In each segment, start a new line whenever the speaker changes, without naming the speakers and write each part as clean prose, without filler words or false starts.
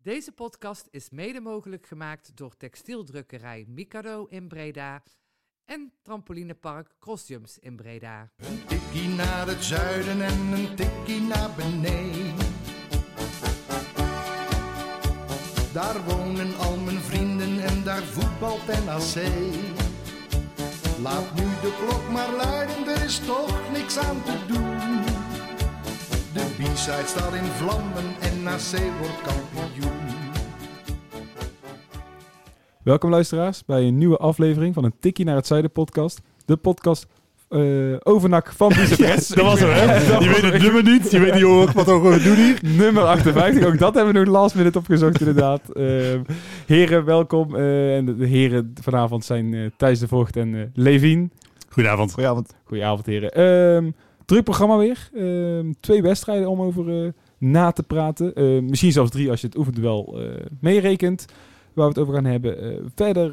Deze podcast is mede mogelijk gemaakt door textieldrukkerij Mikado in Breda en trampolinepark Crossjumps in Breda.
Een tikkie naar het zuiden en een tikkie naar beneden. Daar wonen al mijn vrienden en daar voetbalt NAC. Laat nu de klok maar luiden, er is toch niks aan te doen. De B-side staat in vlammen en NAC wordt kampioen.
Welkom luisteraars bij een nieuwe aflevering van een Tikkie naar het Zuiden podcast. De podcast over NAC van Bicefres.
Dat was hem, hè? Je weet het nummer niet. Je weet niet wat we doen hier.
Nummer 58. Ook dat hebben we nog last minute opgezocht inderdaad. Heren, welkom. En de heren vanavond zijn Thijs de Voogd en Levien.
Goedenavond.
Goedenavond heren. Druk programma weer. 2 wedstrijden om over na te praten. Misschien zelfs 3 als je het oefenduel meerekent. Waar we het over gaan hebben. Verder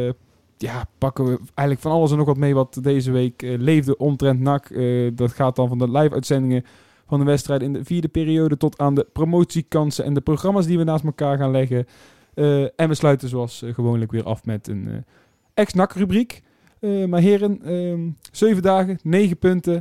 pakken we eigenlijk van alles en nog wat mee wat deze week leefde omtrent NAC. Dat gaat dan van de live-uitzendingen van de wedstrijd in de 4e periode tot aan de promotiekansen en de programma's die we naast elkaar gaan leggen. En we sluiten zoals gewoonlijk weer af met een ex-NAC-rubriek. Maar heren, 7 dagen, 9 punten.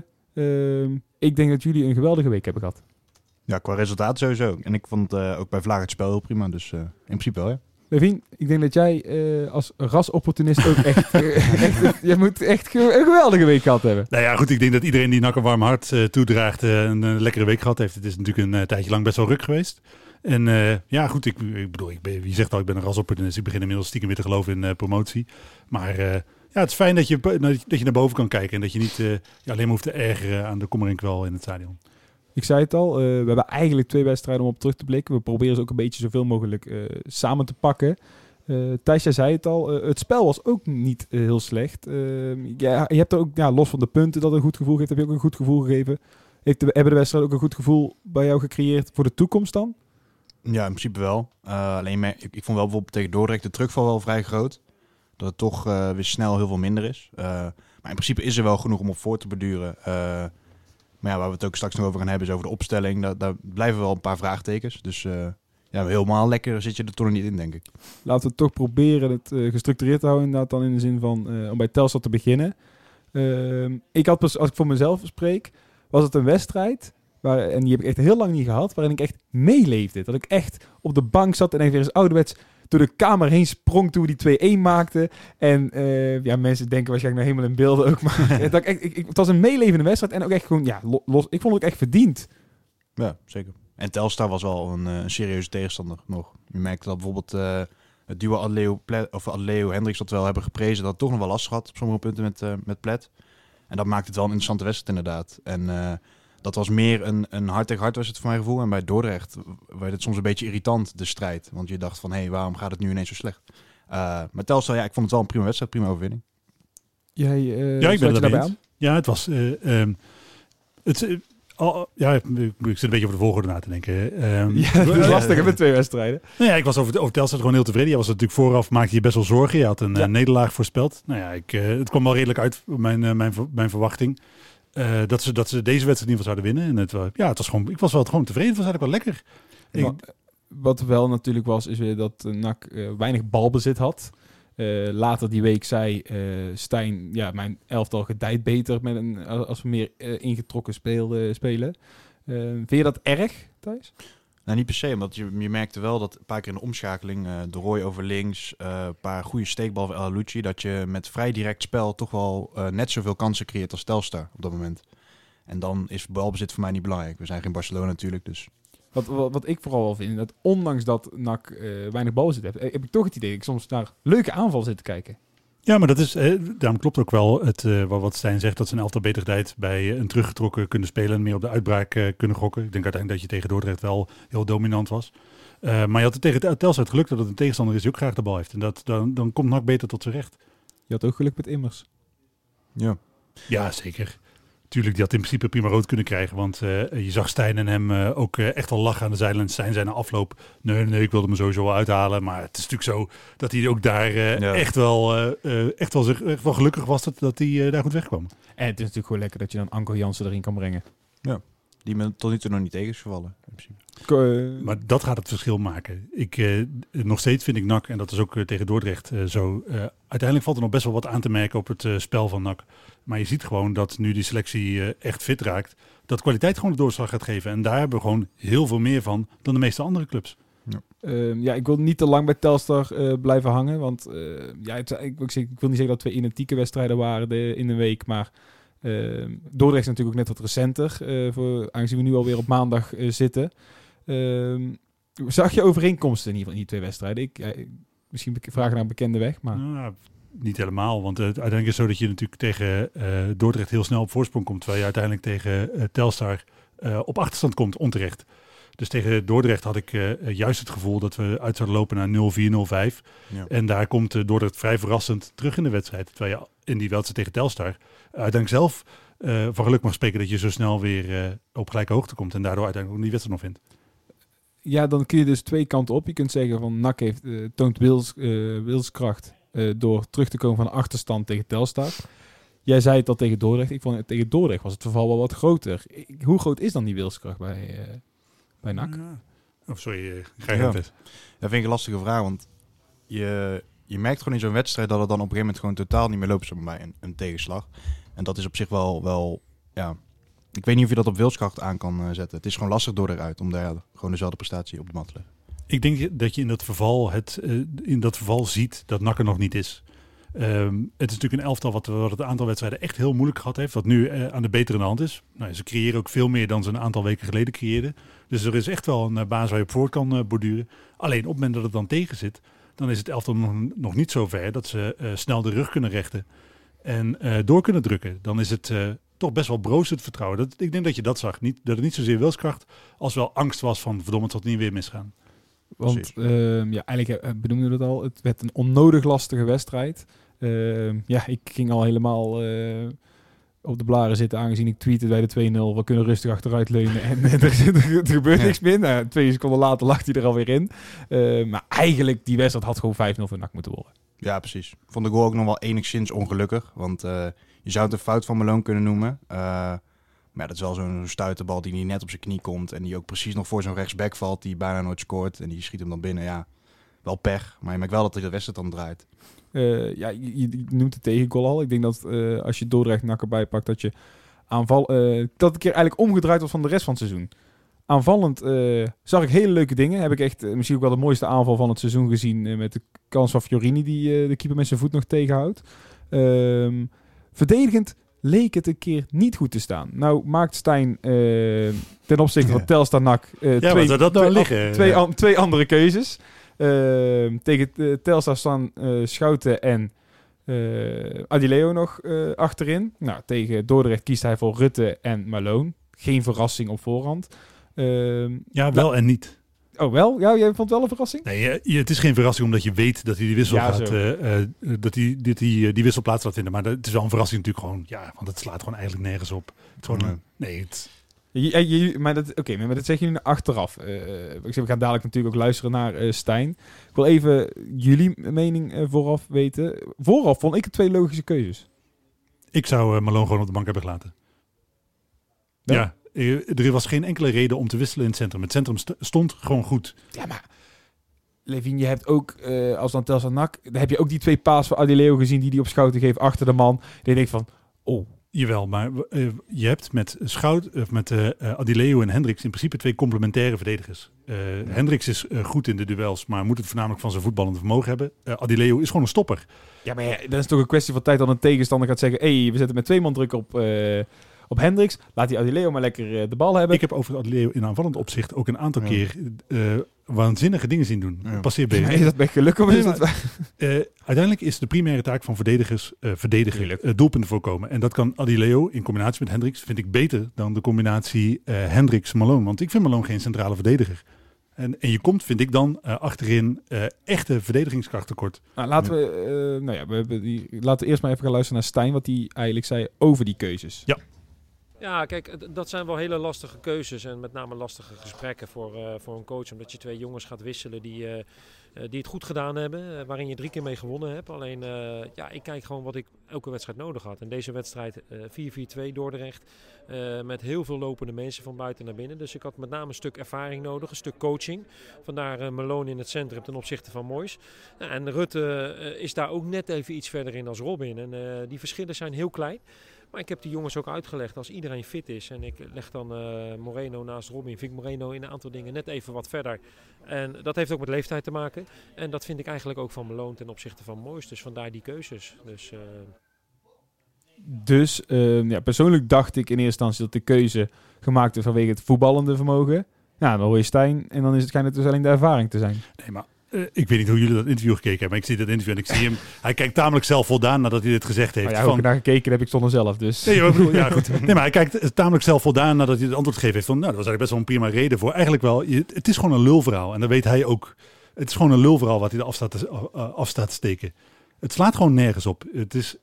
Ik denk dat jullie een geweldige week hebben gehad.
Ja, qua resultaat sowieso. En ik vond ook bij Vlaag het spel heel prima. Dus in principe wel, ja.
Levien, ik denk dat jij als rasopportunist ook echt... je moet echt een geweldige week gehad hebben.
Nou ja, goed. Ik denk dat iedereen die NAC een warm hart toedraagt een lekkere week gehad heeft. Het is natuurlijk een tijdje lang best wel ruk geweest. En ja, goed. Ik bedoel, wie zegt al, ik ben een rasopportunist. Ik begin inmiddels stiekem weer te geloven in promotie. Maar ja, het is fijn dat je naar boven kan kijken. En dat je niet je alleen maar hoeft te ergeren aan de kommer en kwel in het stadion.
Ik zei het al, we hebben eigenlijk 2 wedstrijden om op terug te blikken. We proberen ze ook een beetje zoveel mogelijk samen te pakken. Thijs, jij zei het al, het spel was ook niet heel slecht. Je hebt er ook, los van de punten dat een goed gevoel geeft, heb je ook een goed gevoel gegeven. Hebben de wedstrijden ook een goed gevoel bij jou gecreëerd voor de toekomst dan?
Ja, in principe wel. Alleen ik vond wel bijvoorbeeld tegen Dordrecht de terugval wel vrij groot. Dat het toch weer snel heel veel minder is. Maar in principe is er wel genoeg om op voor te borduren. Maar ja, waar we het ook straks nog over gaan hebben is over de opstelling. Daar blijven wel een paar vraagtekens. Dus helemaal lekker zit je er toch nog niet in, denk ik.
Laten we toch proberen het gestructureerd te houden. Inderdaad dan in de zin van om bij Telstar te beginnen. Ik had pas, als ik voor mezelf spreek, was het een wedstrijd. En die heb ik echt heel lang niet gehad. Waarin ik echt meeleefde. Dat ik echt op de bank zat en even weer eens ouderwets door de kamer heen sprong toen we die 2-1 maakten. En mensen denken waarschijnlijk nog helemaal in beelden ook. Maar het was een meelevende wedstrijd. En ook echt gewoon, los. Ik vond het ook echt verdiend.
Ja, zeker. En Telstar was wel een serieuze tegenstander nog. Je merkte dat bijvoorbeeld het duo Adeleo Hendricks dat wel hebben geprezen. Dat het toch nog wel lastig had op sommige punten met Plet. En dat maakte het wel een interessante wedstrijd inderdaad. En dat was meer een hard tegen hard wedstrijd voor mijn gevoel. En bij Dordrecht werd het soms een beetje irritant, de strijd. Want je dacht van, waarom gaat het nu ineens zo slecht? Maar Telstar, ik vond het wel een prima wedstrijd, prima overwinning.
Ik ben het daarbij aan. Ja, het was... ik zit een beetje over de volgorde na te denken.
Het is lastig met 2 wedstrijden.
Nou ja, ik was over Telstar gewoon heel tevreden. Je was natuurlijk vooraf, maakte je best wel zorgen. Je had een nederlaag voorspeld. Nou ja, het kwam wel redelijk uit, mijn verwachting. Dat ze deze wedstrijd in ieder geval zouden winnen. En het was gewoon, ik was wel gewoon tevreden. Het was eigenlijk wel lekker.
Wat wel natuurlijk was, is weer dat NAC weinig balbezit had. Later die week zei Stijn, mijn elftal gedijt beter als we meer ingetrokken spelen. Vind je dat erg, Thijs?
Nou, niet per se, want je merkte wel dat een paar keer in de omschakeling, de Roy over links, een paar goede steekballen van El Alouchi, dat je met vrij direct spel toch wel net zoveel kansen creëert als Telstar op dat moment. En dan is balbezit voor mij niet belangrijk. We zijn geen Barcelona natuurlijk, dus...
Wat ik vooral wel vind, dat ondanks dat NAC weinig balbezit heeft, heb ik toch het idee dat ik soms naar leuke aanval zit te kijken.
Ja, maar dat is, daarom klopt ook wel wat Stijn zegt, dat zijn elftal beter gedijt bij een teruggetrokken kunnen spelen en meer op de uitbraak kunnen gokken. Ik denk uiteindelijk dat je tegen Dordrecht wel heel dominant was. Maar je had het tegen Telstar het geluk dat het een tegenstander is die ook graag de bal heeft. En dan komt NAC beter tot zijn recht.
Je had ook geluk met Immers.
Ja, zeker. Tuurlijk, die had in principe prima rood kunnen krijgen. Want je zag Stijn en hem ook echt wel lachen aan de zijlijn. Stijn zei na afloop, nee, ik wilde me sowieso wel uithalen. Maar het is natuurlijk zo dat hij ook daar echt wel gelukkig was dat hij daar goed wegkwam.
En het is natuurlijk gewoon lekker dat je dan Anko Jansen erin kan brengen.
Ja, die me tot nu toe nog niet tegen is gevallen. In principe.
Maar dat gaat het verschil maken. Nog steeds vind ik NAC, en dat is ook tegen Dordrecht zo. Uiteindelijk valt er nog best wel wat aan te merken op het spel van NAC. Maar je ziet gewoon dat nu die selectie echt fit raakt, dat kwaliteit gewoon de doorslag gaat geven. En daar hebben we gewoon heel veel meer van dan de meeste andere clubs.
Ja. Ik wil niet te lang bij Telstar blijven hangen. Want ik wil niet zeggen dat 2 identieke wedstrijden waren in de week. Maar Dordrecht is natuurlijk ook net wat recenter. Aangezien we nu alweer op maandag zitten. Zag je overeenkomsten in ieder geval in die 2 wedstrijden? Misschien vragen naar een bekende weg. Maar...
Nou, niet helemaal. Want uiteindelijk is het zo dat je natuurlijk tegen Dordrecht heel snel op voorsprong komt. Terwijl je uiteindelijk tegen Telstar op achterstand komt, onterecht. Dus tegen Dordrecht had ik juist het gevoel dat we uit zouden lopen naar 0-4, 0-5. Ja. En daar komt Dordrecht vrij verrassend terug in de wedstrijd. Terwijl je in die wedstrijd tegen Telstar uiteindelijk zelf van geluk mag spreken dat je zo snel weer op gelijke hoogte komt. En daardoor uiteindelijk ook die wedstrijd nog vindt.
Ja, dan kun je dus 2 kanten op. Je kunt zeggen van NAC toont wilskracht door terug te komen van een achterstand tegen Telstar. Jij zei het al tegen Dordrecht. Ik vond tegen Dordrecht was het verval wel wat groter. Hoe groot is dan die wilskracht bij NAC?
Sorry, ga je het?
Dat vind ik een lastige vraag, want je merkt gewoon in zo'n wedstrijd dat het dan op een gegeven moment gewoon totaal niet meer loopt bij een tegenslag. En dat is op zich wel, ja... Ik weet niet of je dat op wilskracht aan kan zetten. Het is gewoon lastig door eruit om daar gewoon dezelfde prestatie op de mat te leggen.
Ik denk dat je in dat verval ziet dat NAC er nog niet is. Het is natuurlijk een elftal wat het aantal wedstrijden echt heel moeilijk gehad heeft. Wat nu aan de betere hand is. Nou, ze creëren ook veel meer dan ze een aantal weken geleden creëerden. Dus er is echt wel een basis waar je op voor kan borduren. Alleen op het moment dat het dan tegen zit, dan is het elftal nog niet zo ver dat ze snel de rug kunnen rechten. En door kunnen drukken. Dan is het toch best wel broos het vertrouwen. Ik denk dat je dat zag. Dat het niet zozeer wilskracht als wel angst was van verdomme, het zal niet weer misgaan.
Want eigenlijk benoemden we het al. Het werd een onnodig lastige wedstrijd. Ik ging al helemaal op de blaren zitten aangezien ik tweette bij de 2-0. We kunnen rustig achteruit leunen en er gebeurt niks meer. Nou, 2 seconden later lag hij er alweer in. Maar eigenlijk die wedstrijd had gewoon 5-0 voor NAC moeten worden.
Ja, precies. Ik vond de goal ook nog wel enigszins ongelukkig. Want je zou het een fout van Malone kunnen noemen. Maar dat is wel zo'n stuiterbal die niet net op zijn knie komt. En die ook precies nog voor zo'n rechtsback valt. Die bijna nooit scoort. En die schiet hem dan binnen. Ja, wel pech. Maar je merkt wel dat de wedstrijd dan draait.
Je noemt de tegengoal al. Ik denk dat als je Dordrecht NAC erbij pakt, dat je dat een keer eigenlijk omgedraaid was van de rest van het seizoen. Aanvallend zag ik hele leuke dingen. Heb ik echt misschien ook wel de mooiste aanval van het seizoen gezien. Met de kans van Fiorini die de keeper met zijn voet nog tegenhoudt. Verdedigend leek het een keer niet goed te staan. Nou maakt Stijn ten opzichte van Telstar NAC twee andere keuzes. Tegen Telstar staan Schouten en Adileo nog achterin. Nou, tegen Dordrecht kiest hij voor Rutte en Malone. Geen verrassing op voorhand.
Wel en niet.
Oh, wel? Ja, jij vond het wel een verrassing?
Nee, het is geen verrassing omdat je weet dat hij die wissel dat hij die wissel plaats laat vinden. Maar het is wel een verrassing natuurlijk gewoon. Ja, want het slaat gewoon eigenlijk nergens op. Het is gewoon, maar dat zeg je nu achteraf. We gaan dadelijk natuurlijk ook luisteren naar Stijn. Ik wil even jullie mening vooraf weten. Vooraf vond ik het 2 logische keuzes. Ik zou Malone gewoon op de bank hebben gelaten. Ja. Er was geen enkele reden om te wisselen in het centrum. Het centrum stond gewoon goed.
Ja, maar Levin, je hebt ook, als dan Telstar NAC, dan heb je ook die 2 paas van Adileo gezien die op Schouten geeft achter de man. Dan denk ik van, oh.
Jawel, maar je hebt met Adileo en Hendricks in principe 2 complementaire verdedigers. Hendricks is goed in de duels, maar moet het voornamelijk van zijn voetballende vermogen hebben. Adileo is gewoon een stopper.
Ja, maar dat is toch een kwestie van tijd dat een tegenstander gaat zeggen, we zetten met 2 man druk op Hendricks. Laat die Adileo maar lekker de bal hebben.
Ik heb over Adileo in aanvallend opzicht ook een aantal keer waanzinnige dingen zien doen.
Ja.
Passeer
is dat met geluk of is dat...
Uiteindelijk is de primaire taak van verdedigers verdedigen, doelpunten voorkomen. En dat kan Adileo in combinatie met Hendricks, vind ik beter dan de combinatie Hendricks-Malone. Want ik vind Malone geen centrale verdediger. En je komt, vind ik dan, achterin echte verdedigingskracht tekort.
Nou, laten we eerst maar even gaan luisteren naar Stijn, wat hij eigenlijk zei over die keuzes.
Ja.
Ja, kijk, dat zijn wel hele lastige keuzes en met name lastige gesprekken voor een coach. Omdat je 2 jongens gaat wisselen die het goed gedaan hebben, waarin je 3 keer mee gewonnen hebt. Alleen, ik kijk gewoon wat ik elke wedstrijd nodig had. En deze wedstrijd 4-4-2 Dordrecht, met heel veel lopende mensen van buiten naar binnen. Dus ik had met name een stuk ervaring nodig, een stuk coaching. Vandaar Malone in het centrum ten opzichte van Mooijs. Nou, en Rutte is daar ook net even iets verder in als Robin. En die verschillen zijn heel klein. Maar ik heb die jongens ook uitgelegd, als iedereen fit is en ik leg dan Moreno naast Robin, vind ik Moreno in een aantal dingen net even wat verder. En dat heeft ook met leeftijd te maken. En dat vind ik eigenlijk ook van Malone ten opzichte van Mooijs. Dus vandaar die keuzes.
Dus persoonlijk dacht ik in eerste instantie dat de keuze gemaakt is vanwege het voetballende vermogen. Ja, dan hoor je Stijn en dan schijnt het dus alleen de ervaring te zijn.
Nee, maar ik weet niet hoe jullie dat interview gekeken hebben, maar ik zie dat interview en ik zie hem. Hij kijkt tamelijk zelfvoldaan nadat hij dit gezegd heeft.
Nou ja, ook naar gekeken heb ik zonder zelf, dus.
Nee, maar, bedoel, ja, goed. Nee, maar hij kijkt tamelijk zelfvoldaan nadat hij het antwoord gegeven heeft. Van, nou, dat was eigenlijk best wel een prima reden voor. Eigenlijk wel, het is gewoon een lulverhaal en dat weet hij ook. Het is gewoon een lulverhaal wat hij er af staat te steken. Het slaat gewoon nergens op. Het is,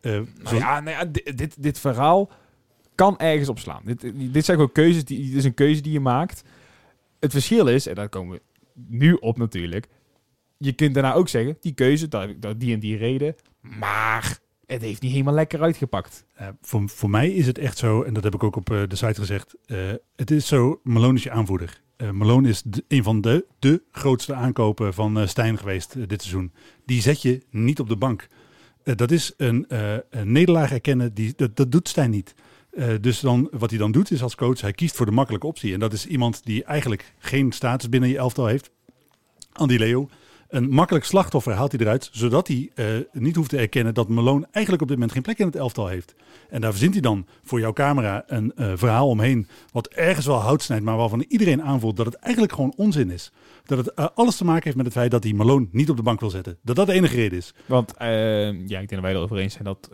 dit verhaal kan ergens op slaan. Dit zijn gewoon keuzes. Dit is een keuze die je maakt. Het verschil is, en daar komen we nu op natuurlijk. Je kunt daarna ook zeggen, die keuze, die en die reden. Maar het heeft niet helemaal lekker uitgepakt.
Voor mij is het echt zo, en dat heb ik ook op de site gezegd. Het is zo, Malone is je aanvoerder. Malone is een van de grootste aankopen van Stijn geweest dit seizoen. Die zet je niet op de bank. Dat is een nederlaag erkennen, dat doet Stijn niet. Dus dan, wat hij dan doet is als coach, hij kiest voor de makkelijke optie. En dat is iemand die eigenlijk geen status binnen je elftal heeft. Andy Leo. Een makkelijk slachtoffer haalt hij eruit, zodat hij niet hoeft te erkennen dat Malone eigenlijk op dit moment geen plek in het elftal heeft. En daar verzint hij dan voor jouw camera een verhaal omheen, wat ergens wel hout snijdt, maar waarvan iedereen aanvoelt dat het eigenlijk gewoon onzin is. Dat het alles te maken heeft met het feit dat hij Malone niet op de bank wil zetten. Dat de enige reden is.
Want ik denk dat wij erover eens zijn dat...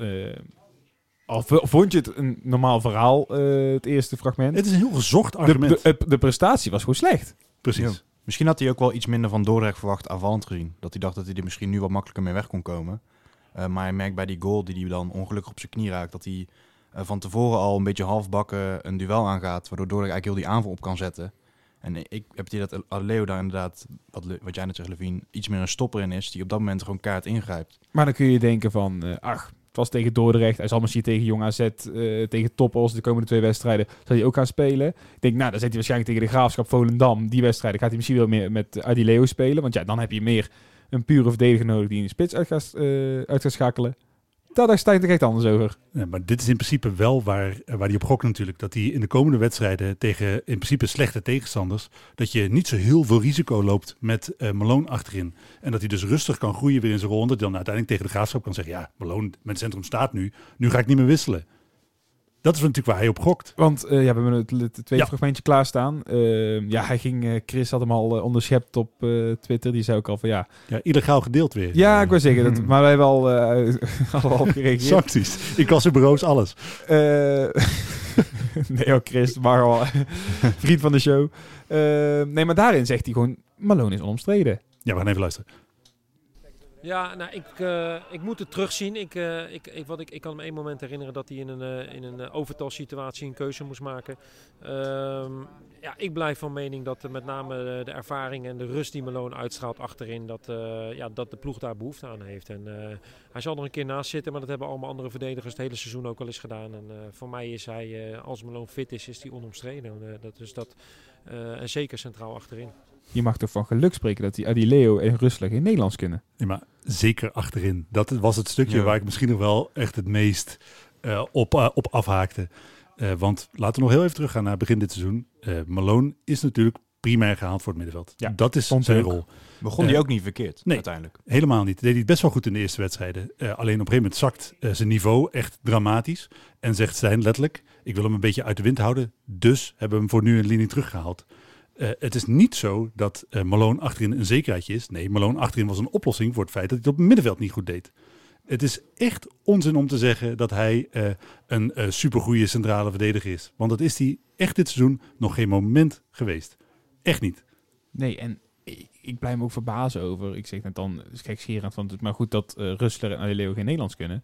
Al vond je het een normaal verhaal, het eerste fragment?
Het is een heel gezocht argument.
De prestatie was gewoon slecht.
Precies.
Ja. Misschien had hij ook wel iets minder van Dordrecht verwacht aanvallend gezien. Dat hij dacht dat hij er misschien nu wat makkelijker mee weg kon komen. Maar hij merkt bij die goal die hij dan ongelukkig op zijn knie raakt... dat hij van tevoren al een beetje halfbakken een duel aangaat... waardoor Dordrecht eigenlijk heel die aanval op kan zetten. En ik heb het idee dat Leo daar inderdaad, wat jij net zegt, Levine... iets meer een stopper in is die op dat moment gewoon kaart ingrijpt.
Maar dan kun je denken van... het was tegen Dordrecht. Hij zal misschien tegen Jong AZ, tegen Toppos de komende 2 wedstrijden, zal hij ook gaan spelen. Ik denk, nou, dan zet hij waarschijnlijk tegen de Graafschap Volendam. Die wedstrijden gaat hij misschien wel meer met Adi Leo spelen. Want ja, dan heb je meer een pure verdediger nodig die in de spits uit gaat schakelen. Daar sta je er echt anders over.
Ja, maar dit is in principe wel waar hij op gokt natuurlijk. Dat hij in de komende wedstrijden tegen in principe slechte tegenstanders... dat je niet zo heel veel risico loopt met Malone achterin. En dat hij dus rustig kan groeien weer in zijn rol. En dat hij dan uiteindelijk tegen de Graafschap kan zeggen... ja, Malone, mijn centrum staat nu ga ik niet meer wisselen. Dat is natuurlijk waar hij op gokt.
Want we hebben het tweede fragmentje klaarstaan. Chris had hem al onderschept op Twitter. Die zei ook al van ja,
illegaal gedeeld weer.
Ja, ik wil zeggen, dat, maar wij hebben al op gereageerd.
Sancties. Ik was in bureaus, alles.
Nee, Chris, maar al vriend van de show. Maar daarin zegt hij gewoon, Malone is onomstreden.
Ja, we gaan even luisteren.
Ja, nou, ik moet het terugzien. Ik kan me 1 moment herinneren dat hij in een overtalsituatie een keuze moest maken. Ik blijf van mening dat met name de ervaring en de rust die Malone uitstraalt achterin, dat de ploeg daar behoefte aan heeft. En hij zal er een keer naast zitten, maar dat hebben allemaal andere verdedigers het hele seizoen ook al eens gedaan. En voor mij is hij, als Malone fit is hij onomstreden. En zeker centraal achterin.
Je mag toch van geluk spreken dat die Adi Leo en Rustler in Nederlands kunnen.
Ja, maar zeker achterin. Dat was het stukje waar ik misschien nog wel echt het meest op afhaakte. Want laten we nog heel even teruggaan naar begin dit seizoen. Malone is natuurlijk primair gehaald voor het middenveld. Ja, dat is zijn rol.
Begon die ook niet verkeerd uiteindelijk?
Helemaal niet. Deed hij het best wel goed in de eerste wedstrijden. Alleen op een gegeven moment zakt zijn niveau echt dramatisch. En zegt Stijn letterlijk, ik wil hem een beetje uit de wind houden. Dus hebben we hem voor nu een linie teruggehaald. Het is niet zo dat Malone achterin een zekerheidje is. Nee, Malone achterin was een oplossing voor het feit dat hij het op het middenveld niet goed deed. Het is echt onzin om te zeggen dat hij een supergoeie centrale verdediger is. Want dat is hij echt dit seizoen nog geen moment geweest. Echt niet.
Nee, en ik blijf me ook verbazen over. Ik zeg net dan, gekscherend, maar goed dat Rustler en Adi Leo geen Nederlands kunnen.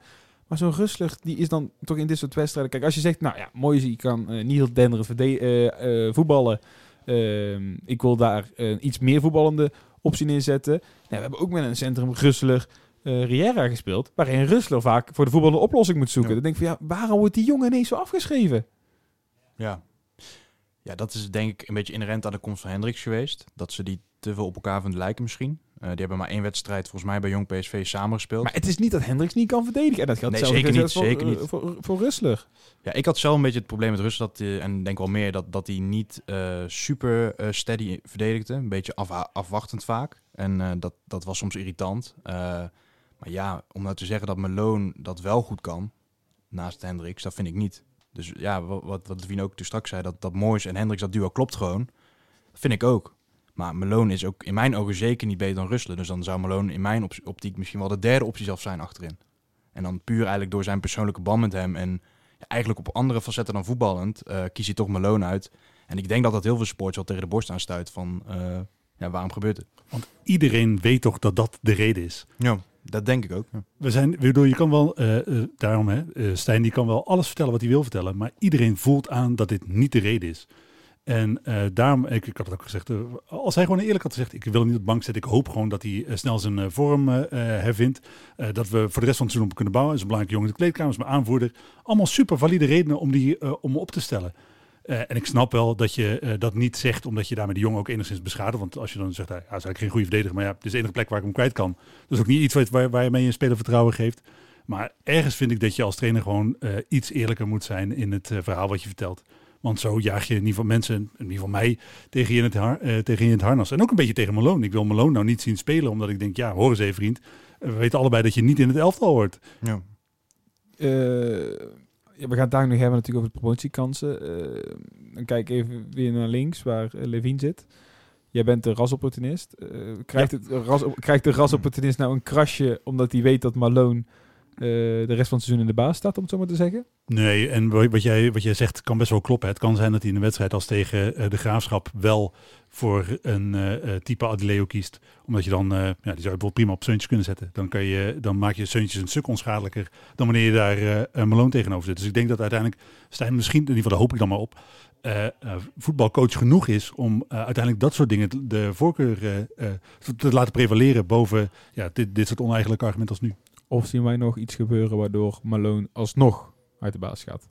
Maar zo'n Rustler, die is dan toch in dit soort wedstrijden... Kijk, als je zegt, nou ja, mooi, je kan niet heel denderend voetballen. Ik wil daar iets meer voetballende optie inzetten. Nou, we hebben ook met een centrum Rustler Riera gespeeld, waarin Rustler vaak voor de voetballende oplossing moet zoeken.
Ja.
Dan denk ik van, ja, waarom wordt die jongen ineens zo afgeschreven?
Ja, dat is denk ik een beetje inherent aan de komst van Hendricks geweest. Dat ze die te veel op elkaar vinden lijken misschien. Die hebben maar 1 wedstrijd volgens mij bij Jong PSV samengespeeld.
Maar het is niet dat Hendricks niet kan verdedigen. En dat geldt
Nee,
zelfs
zeker niet.
voor Rustler.
Ja, ik had zelf een beetje het probleem met Rustler, en denk wel meer, dat hij niet super steady verdedigde. Een beetje afwachtend vaak. En dat was soms irritant. Maar ja, om nou te zeggen dat Malone dat wel goed kan, naast Hendricks, dat vind ik niet. Dus ja, wat Levine ook toen straks zei, dat Moyes en Hendricks, dat duo klopt gewoon. Dat vind ik ook. Maar Malone is ook in mijn ogen zeker niet beter dan Rustler. Dus dan zou Malone in mijn optiek misschien wel de derde optie zelf zijn achterin. En dan puur eigenlijk door zijn persoonlijke band met hem en eigenlijk op andere facetten dan voetballend, kies hij toch Malone uit. En ik denk dat heel veel sports wel tegen de borst aanstuit van, waarom gebeurt het?
Want iedereen weet toch dat dat de reden is.
Ja, dat denk ik ook. Ja.
Je kan wel, daarom Stijn die kan wel alles vertellen wat hij wil vertellen, maar iedereen voelt aan dat dit niet de reden is. En daarom, ik had het ook gezegd, als hij gewoon eerlijk had gezegd, ik wil hem niet op de bank zetten, ik hoop gewoon dat hij snel zijn vorm hervindt. Dat we voor de rest van het seizoen op kunnen bouwen. Hij is een belangrijke jongen in de kleedkamer, is mijn aanvoerder. Allemaal super valide redenen om op te stellen. En ik snap wel dat je dat niet zegt, omdat je daarmee de jongen ook enigszins beschadigt. Want als je dan zegt, hij is eigenlijk geen goede verdediger, maar ja, dit is de enige plek waar ik hem kwijt kan. Dat is ook niet iets waar je mee een speler vertrouwen geeft. Maar ergens vind ik dat je als trainer gewoon iets eerlijker moet zijn in het verhaal wat je vertelt. Want zo jaag je in ieder geval mensen, in ieder geval mij, tegen je in het harnas. En ook een beetje tegen Malone. Ik wil Malone nou niet zien spelen, omdat ik denk, ja, hoor eens even vriend. We weten allebei dat je niet in het elftal hoort.
Ja.
We gaan het daar nog hebben natuurlijk over de promotiekansen. Dan kijk even weer naar links, waar Levine zit. Jij bent de rasopportunist. Krijgt de rasopportunist nou een krasje, omdat hij weet dat Malone de rest van het seizoen in de baas staat, om het zo maar te zeggen? Nee,
en wat jij zegt kan best wel kloppen. Het kan zijn dat hij in een wedstrijd als tegen de Graafschap wel voor een type Adileo kiest. Omdat je dan, die zou je bijvoorbeeld prima op Seuntjes kunnen zetten. Dan maak je Seuntjes een stuk onschadelijker dan wanneer je daar Malone tegenover zet. Dus ik denk dat uiteindelijk Stijn misschien, in ieder geval daar hoop ik dan maar op, voetbalcoach genoeg is om uiteindelijk dat soort dingen de voorkeur te laten prevaleren boven dit soort oneigenlijke argumenten als nu.
Of zien wij nog iets gebeuren waardoor Malone alsnog uit de baas gaat?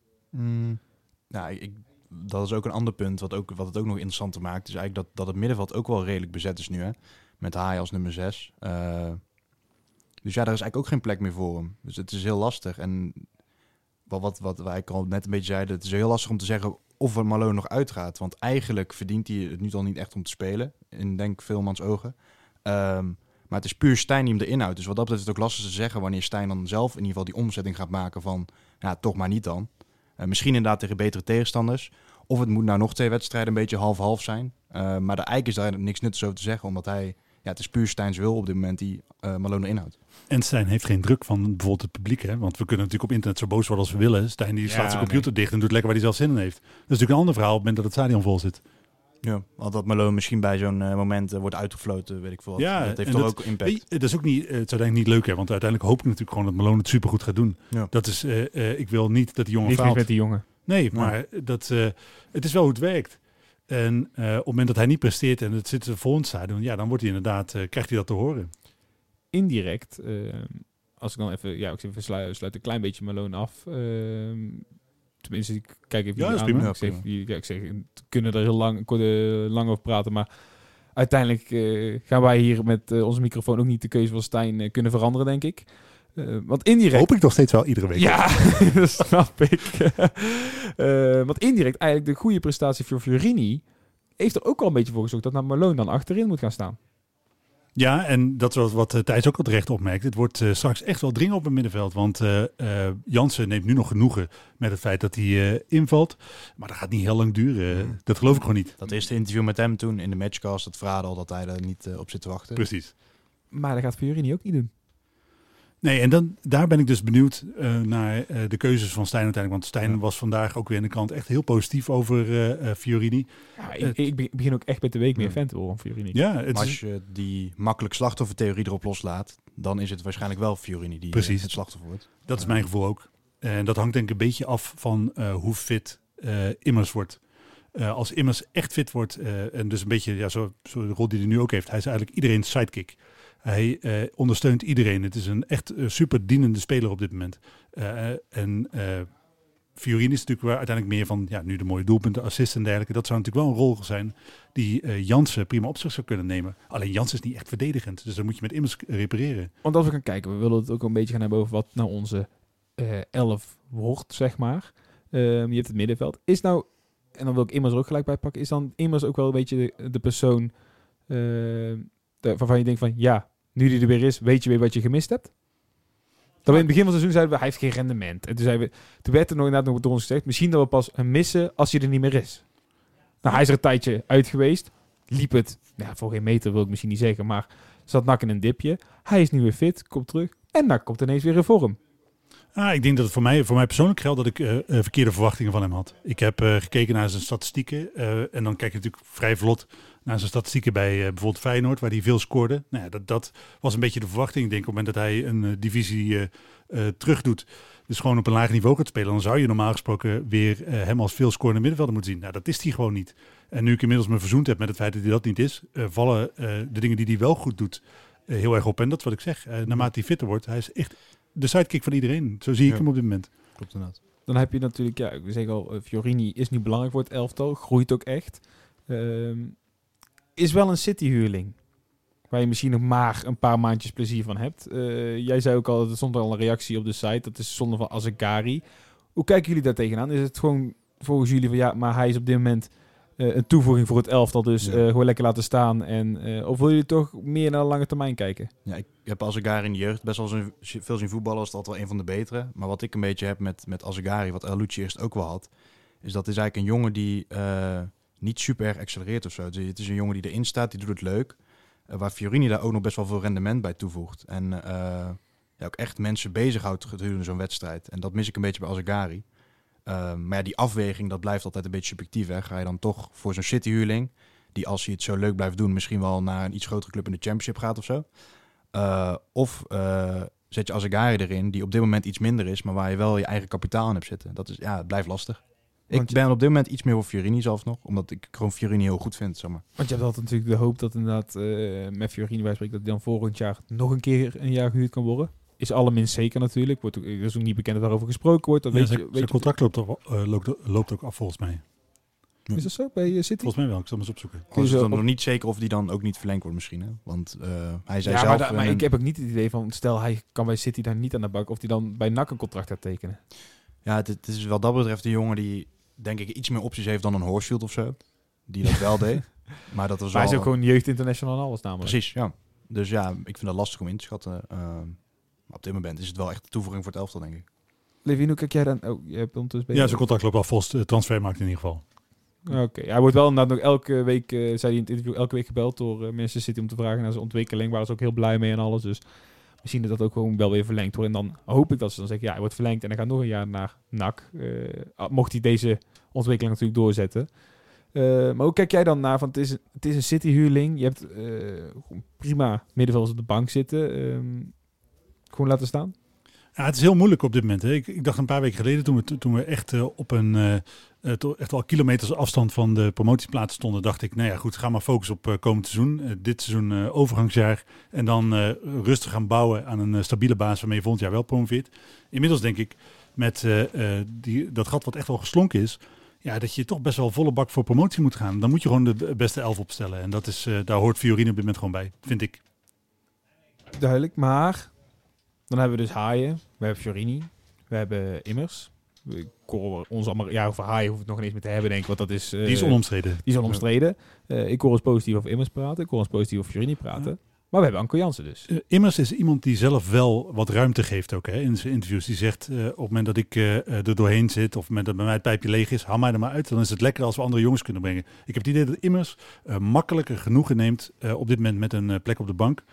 Dat is ook een ander punt wat het ook nog interessanter maakt. Is eigenlijk dat het middenveld ook wel redelijk bezet is nu. Hè? Met Haai als nummer 6. Dus ja, daar is eigenlijk ook geen plek meer voor hem. Dus het is heel lastig. En wat wij al net een beetje zeiden, het is heel lastig om te zeggen of er Malone nog uitgaat. Want eigenlijk verdient hij het nu al niet echt om te spelen. In denk veelmans ogen. Maar het is puur Stijn die hem erin houdt. Dus wat dat betreft is het ook lastig te zeggen wanneer Stijn dan zelf in ieder geval die omzetting gaat maken van, toch maar niet dan. Misschien inderdaad tegen betere tegenstanders. Of het moet nou nog 2 wedstrijden een beetje half-half zijn. Maar eigenlijk is daar niks nuttigs over te zeggen, omdat het is puur Stijns wil op dit moment die Malone erin houdt.
En Stijn heeft geen druk van bijvoorbeeld het publiek, hè? Want we kunnen natuurlijk op internet zo boos worden als we willen. Stijn die slaat zijn computer dicht en doet lekker waar hij zelf zin in heeft. Dat is natuurlijk een ander verhaal op het moment dat het stadion vol zit.
Ja, want dat Malone misschien bij zo'n moment wordt uitgefloten, weet ik veel wat.
Ja,
dat heeft toch ook impact.
Dat is ook niet, het zou denk ik niet leuk, hè? Want uiteindelijk hoop ik natuurlijk gewoon dat Malone het supergoed gaat doen.
Ja.
Dat is, ik wil niet dat die jongen
Niks
faalt.
met die jongen.
Nee, maar het is wel hoe het werkt. En op het moment dat hij niet presteert en het zit vol in het stadion, dan wordt hij inderdaad, krijgt hij dat te horen.
Indirect, als ik dan even, sluit een klein beetje Malone af. Tenminste, ik kijk even
dat is
aan.
prima.
Ik zeg, we kunnen er heel lang over praten, maar uiteindelijk gaan wij hier met onze microfoon ook niet de keuze van Stijn kunnen veranderen, denk ik. Want indirect...
Hoop ik nog steeds wel iedere week.
Ja, dat snap ik. Want indirect eigenlijk de goede prestatie voor Fiorini heeft er ook al een beetje voor gezorgd dat Malone dan achterin moet gaan staan.
Ja, en dat is wat Thijs ook al terecht opmerkt. Het wordt straks echt wel dringen op het middenveld. Want Jansen neemt nu nog genoegen met het feit dat hij invalt. Maar dat gaat niet heel lang duren. Dat geloof ik gewoon niet.
Dat eerste interview met hem toen in de matchcast, dat verraadde al dat hij er niet op zit te wachten.
Precies.
Maar dat gaat Fiorini ook niet doen.
Nee, en daar ben ik dus benieuwd naar de keuzes van Stijn uiteindelijk. Want Stijn was vandaag ook weer in de krant echt heel positief over Fiorini.
Ja, ik begin ook echt met de week meer fan te worden van Fiorini.
Ja,
Maar als je die makkelijk slachtoffertheorie erop loslaat, dan is het waarschijnlijk wel Fiorini die het slachtoffer wordt.
Dat is mijn gevoel ook. En dat hangt denk ik een beetje af van hoe fit Immers wordt. Als Immers echt fit wordt, en dus een beetje zo de rol die hij nu ook heeft, hij is eigenlijk iedereen's sidekick. Hij ondersteunt iedereen. Het is een echt super dienende speler op dit moment. Fiorini is natuurlijk waar uiteindelijk meer van, nu de mooie doelpunten, assists en dergelijke. Dat zou natuurlijk wel een rol zijn die Jansen prima op zich zou kunnen nemen. Alleen Jansen is niet echt verdedigend. Dus dan moet je met Immers repareren.
Want als we gaan kijken, we willen het ook een beetje gaan hebben over wat nou onze 11 wordt, zeg maar. Je hebt het middenveld. Is nou, en dan wil ik Immers er ook gelijk bij pakken, is dan Immers ook wel een beetje de persoon waarvan je denkt van, ja, nu die er weer is, weet je weer wat je gemist hebt? Dat we in het begin van het seizoen zeiden we, hij heeft geen rendement. En toen werd er nog inderdaad nog door ons gezegd, misschien dat we pas hem missen als hij er niet meer is. Nou, hij is er een tijdje uit geweest. Liep het, voor geen meter wil ik misschien niet zeggen, maar zat NAC in een dipje. Hij is nu weer fit, komt terug en NAC komt ineens weer in vorm.
Ik denk dat het voor mij persoonlijk geldt dat ik verkeerde verwachtingen van hem had. Ik heb gekeken naar zijn statistieken en dan kijk je natuurlijk vrij vlot naar zijn statistieken bij bijvoorbeeld Feyenoord, waar hij veel scoorde. Nou ja, dat was een beetje de verwachting. Ik denk op het moment dat hij een divisie terug doet, dus gewoon op een laag niveau gaat spelen, dan zou je normaal gesproken weer hem als veel scorende middenvelder moeten zien. Nou, dat is hij gewoon niet. En nu ik inmiddels me verzoend heb met het feit dat hij dat niet is, vallen de dingen die hij wel goed doet heel erg op. En dat is wat ik zeg. Naarmate hij fitter wordt, hij is echt de sidekick van iedereen. Zo zie ik hem op dit moment.
Klopt inderdaad.
Dan heb je natuurlijk, ik zeg al, Fiorini is nu belangrijk voor het elftal. Groeit ook echt. Is wel een City-huurling. Waar je misschien nog maar een paar maandjes plezier van hebt. Jij zei ook al, er stond al een reactie op de site. Dat is zonder van Azegari. Hoe kijken jullie daar tegenaan? Is het gewoon volgens jullie van maar hij is op dit moment een toevoeging voor het elftal. Dus gewoon lekker laten staan. Of wil jullie toch meer naar de lange termijn kijken?
Ja, ik heb Azegari in de jeugd best wel veel zien voetballen. Is het altijd wel een van de betere. Maar wat ik een beetje heb met Azegari, wat El Lucci eerst ook wel had, is dat is eigenlijk een jongen die niet super erg accelereert of zo. Het is een jongen die erin staat, die doet het leuk. Waar Fiorini daar ook nog best wel veel rendement bij toevoegt. En ook echt mensen bezighoudt gedurende zo'n wedstrijd. En dat mis ik een beetje bij Azegari. Maar die afweging, dat blijft altijd een beetje subjectief. Hè? Ga je dan toch voor zo'n City-huurling, die als hij het zo leuk blijft doen, misschien wel naar een iets grotere club in de Championship gaat of zo. Of zet je Azegari erin, die op dit moment iets minder is, maar waar je wel je eigen kapitaal in hebt zitten. Dat is, het blijft lastig. Ik ben op dit moment iets meer voor Fiorini zelfs nog, omdat ik gewoon Fiorini heel goed vind, zeg maar.
Want je hebt altijd natuurlijk de hoop dat inderdaad met Fiorini bij spreekt dat hij dan volgend jaar nog een keer een jaar gehuurd kan worden. Is allerminst zeker natuurlijk. Er is ook niet bekend dat daarover gesproken wordt.
Zijn contract loopt ook af volgens mij.
Is dat zo bij City?
Volgens mij wel, ik zal hem eens opzoeken.
Dus dan nog niet zeker of die dan ook niet verlengd wordt misschien. Hè? Want hij zei zelf...
Maar ik heb ook niet het idee van, stel hij kan bij City daar niet aan de bak, of die dan bij NAC een contract gaat tekenen. Ja,
het is wel dat betreft een jongen die denk ik iets meer opties heeft dan een Horsfield of zo. Die dat wel deed. Maar dat was
hij is ook gewoon jeugd international en alles namelijk.
Precies, ja. Dus ik vind dat lastig om in te schatten. Maar op dit moment is het wel echt de toevoeging voor het elftal, denk ik.
Levin, hoe kijk jij dan? Oh, je hebt ondertussen
zijn contract loopt af volgens de transfermarkt in ieder geval.
Oké. Hij wordt wel inderdaad nog elke week, zei hij in het interview, elke week gebeld door Manchester City om te vragen naar zijn ontwikkeling. Waar ze ook heel blij mee en alles. Dus misschien dat ook gewoon wel weer verlengd wordt. En dan hoop ik dat ze dan zeggen, hij wordt verlengd en hij gaat nog een jaar naar NAC. Mocht hij deze ontwikkeling natuurlijk doorzetten. Maar hoe kijk jij dan naar? Van het is een City-huurling. Je hebt prima middenvelders op de bank zitten. Gewoon laten staan?
Ja, het is heel moeilijk op dit moment. Hè. Ik dacht een paar weken geleden, toen we echt op een echt wel kilometers afstand van de promotieplaats stonden, dacht ik, nou ja goed, ga maar focussen op komend seizoen. Dit seizoen overgangsjaar. En dan rustig gaan bouwen aan een stabiele basis waarmee je volgend jaar wel promoveert. Inmiddels denk ik, met dat gat wat echt wel geslonken is, dat je toch best wel volle bak voor promotie moet gaan. Dan moet je gewoon de beste 11 opstellen. En dat is, daar hoort Fiorini op dit moment gewoon bij, vind ik.
Duidelijk, maar dan hebben we dus Haaien, we hebben Fiorini, we hebben Immers. Ik hoor ons allemaal, over Haaien hoef ik het nog eens meer te hebben, denk ik, want dat is...
die is onomstreden.
Die is onomstreden. Ik hoor ons positief over Immers praten, ik hoor ons positief over Fiorini praten. Ja. Maar we hebben Anko Jansen dus.
Immers is iemand die zelf wel wat ruimte geeft ook in zijn interviews. Die zegt, op het moment dat ik er doorheen zit, of op het moment dat bij mij het pijpje leeg is, haal mij er maar uit. Dan is het lekker als we andere jongens kunnen brengen. Ik heb het idee dat Immers makkelijker genoegen neemt op dit moment met een plek op de bank.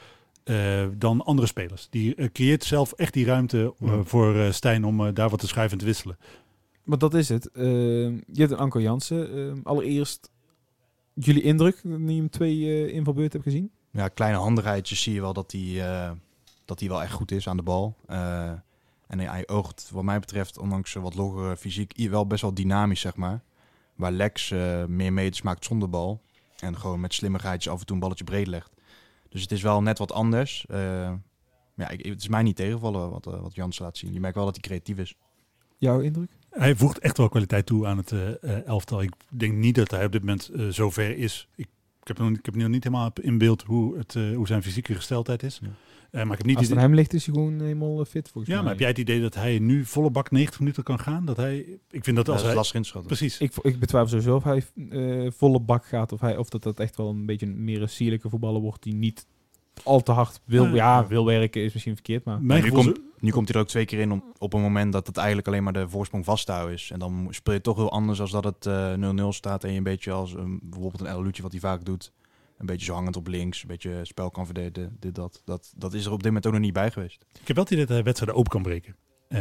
dan andere spelers. Die creëert zelf echt die ruimte voor Stijn om daar wat te schuiven en te wisselen.
Want dat is het. Je hebt een Anko Jansen. Allereerst jullie indruk dat je hem 2 invalbeurten hebt gezien?
Ja, kleine handigheidjes zie je wel dat hij wel echt goed is aan de bal. En hij oogt wat mij betreft, ondanks wat logere fysiek, wel best wel dynamisch, zeg maar. Waar Lex meer meters maakt zonder bal. En gewoon met slimmigheidjes af en toe een balletje breed legt. Dus het is wel net wat anders. Het is mij niet tegenvallen wat Jans laat zien. Je merkt wel dat hij creatief is.
Jouw indruk?
Hij voegt echt wel kwaliteit toe aan het elftal. Ik denk niet dat hij op dit moment zo ver is. Ik heb nu nog niet helemaal in beeld hoe zijn fysieke gesteldheid is.
Ja.
Maar ik heb niet
Als het aan hem ligt, is hij gewoon helemaal fit volgens mij.
maar heb jij het idee dat hij nu volle bak 90 minuten kan gaan? Ik vind dat als
Dat is
hij...
lastig inschatten.
Precies.
Ik betwijfel sowieso of hij volle bak gaat. Of dat echt wel een beetje meer een sierlijke voetballer wordt die niet al te hard wil werken is misschien verkeerd. Maar
Mijn gevoel
Nu komt hij er ook 2 keer in op een moment dat het eigenlijk alleen maar de voorsprong vasthouden is. En dan speel je toch heel anders als dat het 0-0 staat en je een beetje als bijvoorbeeld een El Luci wat hij vaak doet. Een beetje zo hangend op links, een beetje spel kan verdedigen, dit, dat. Dat is er op dit moment ook nog niet bij geweest.
Ik heb wel het idee dat hij wedstrijden open kan breken.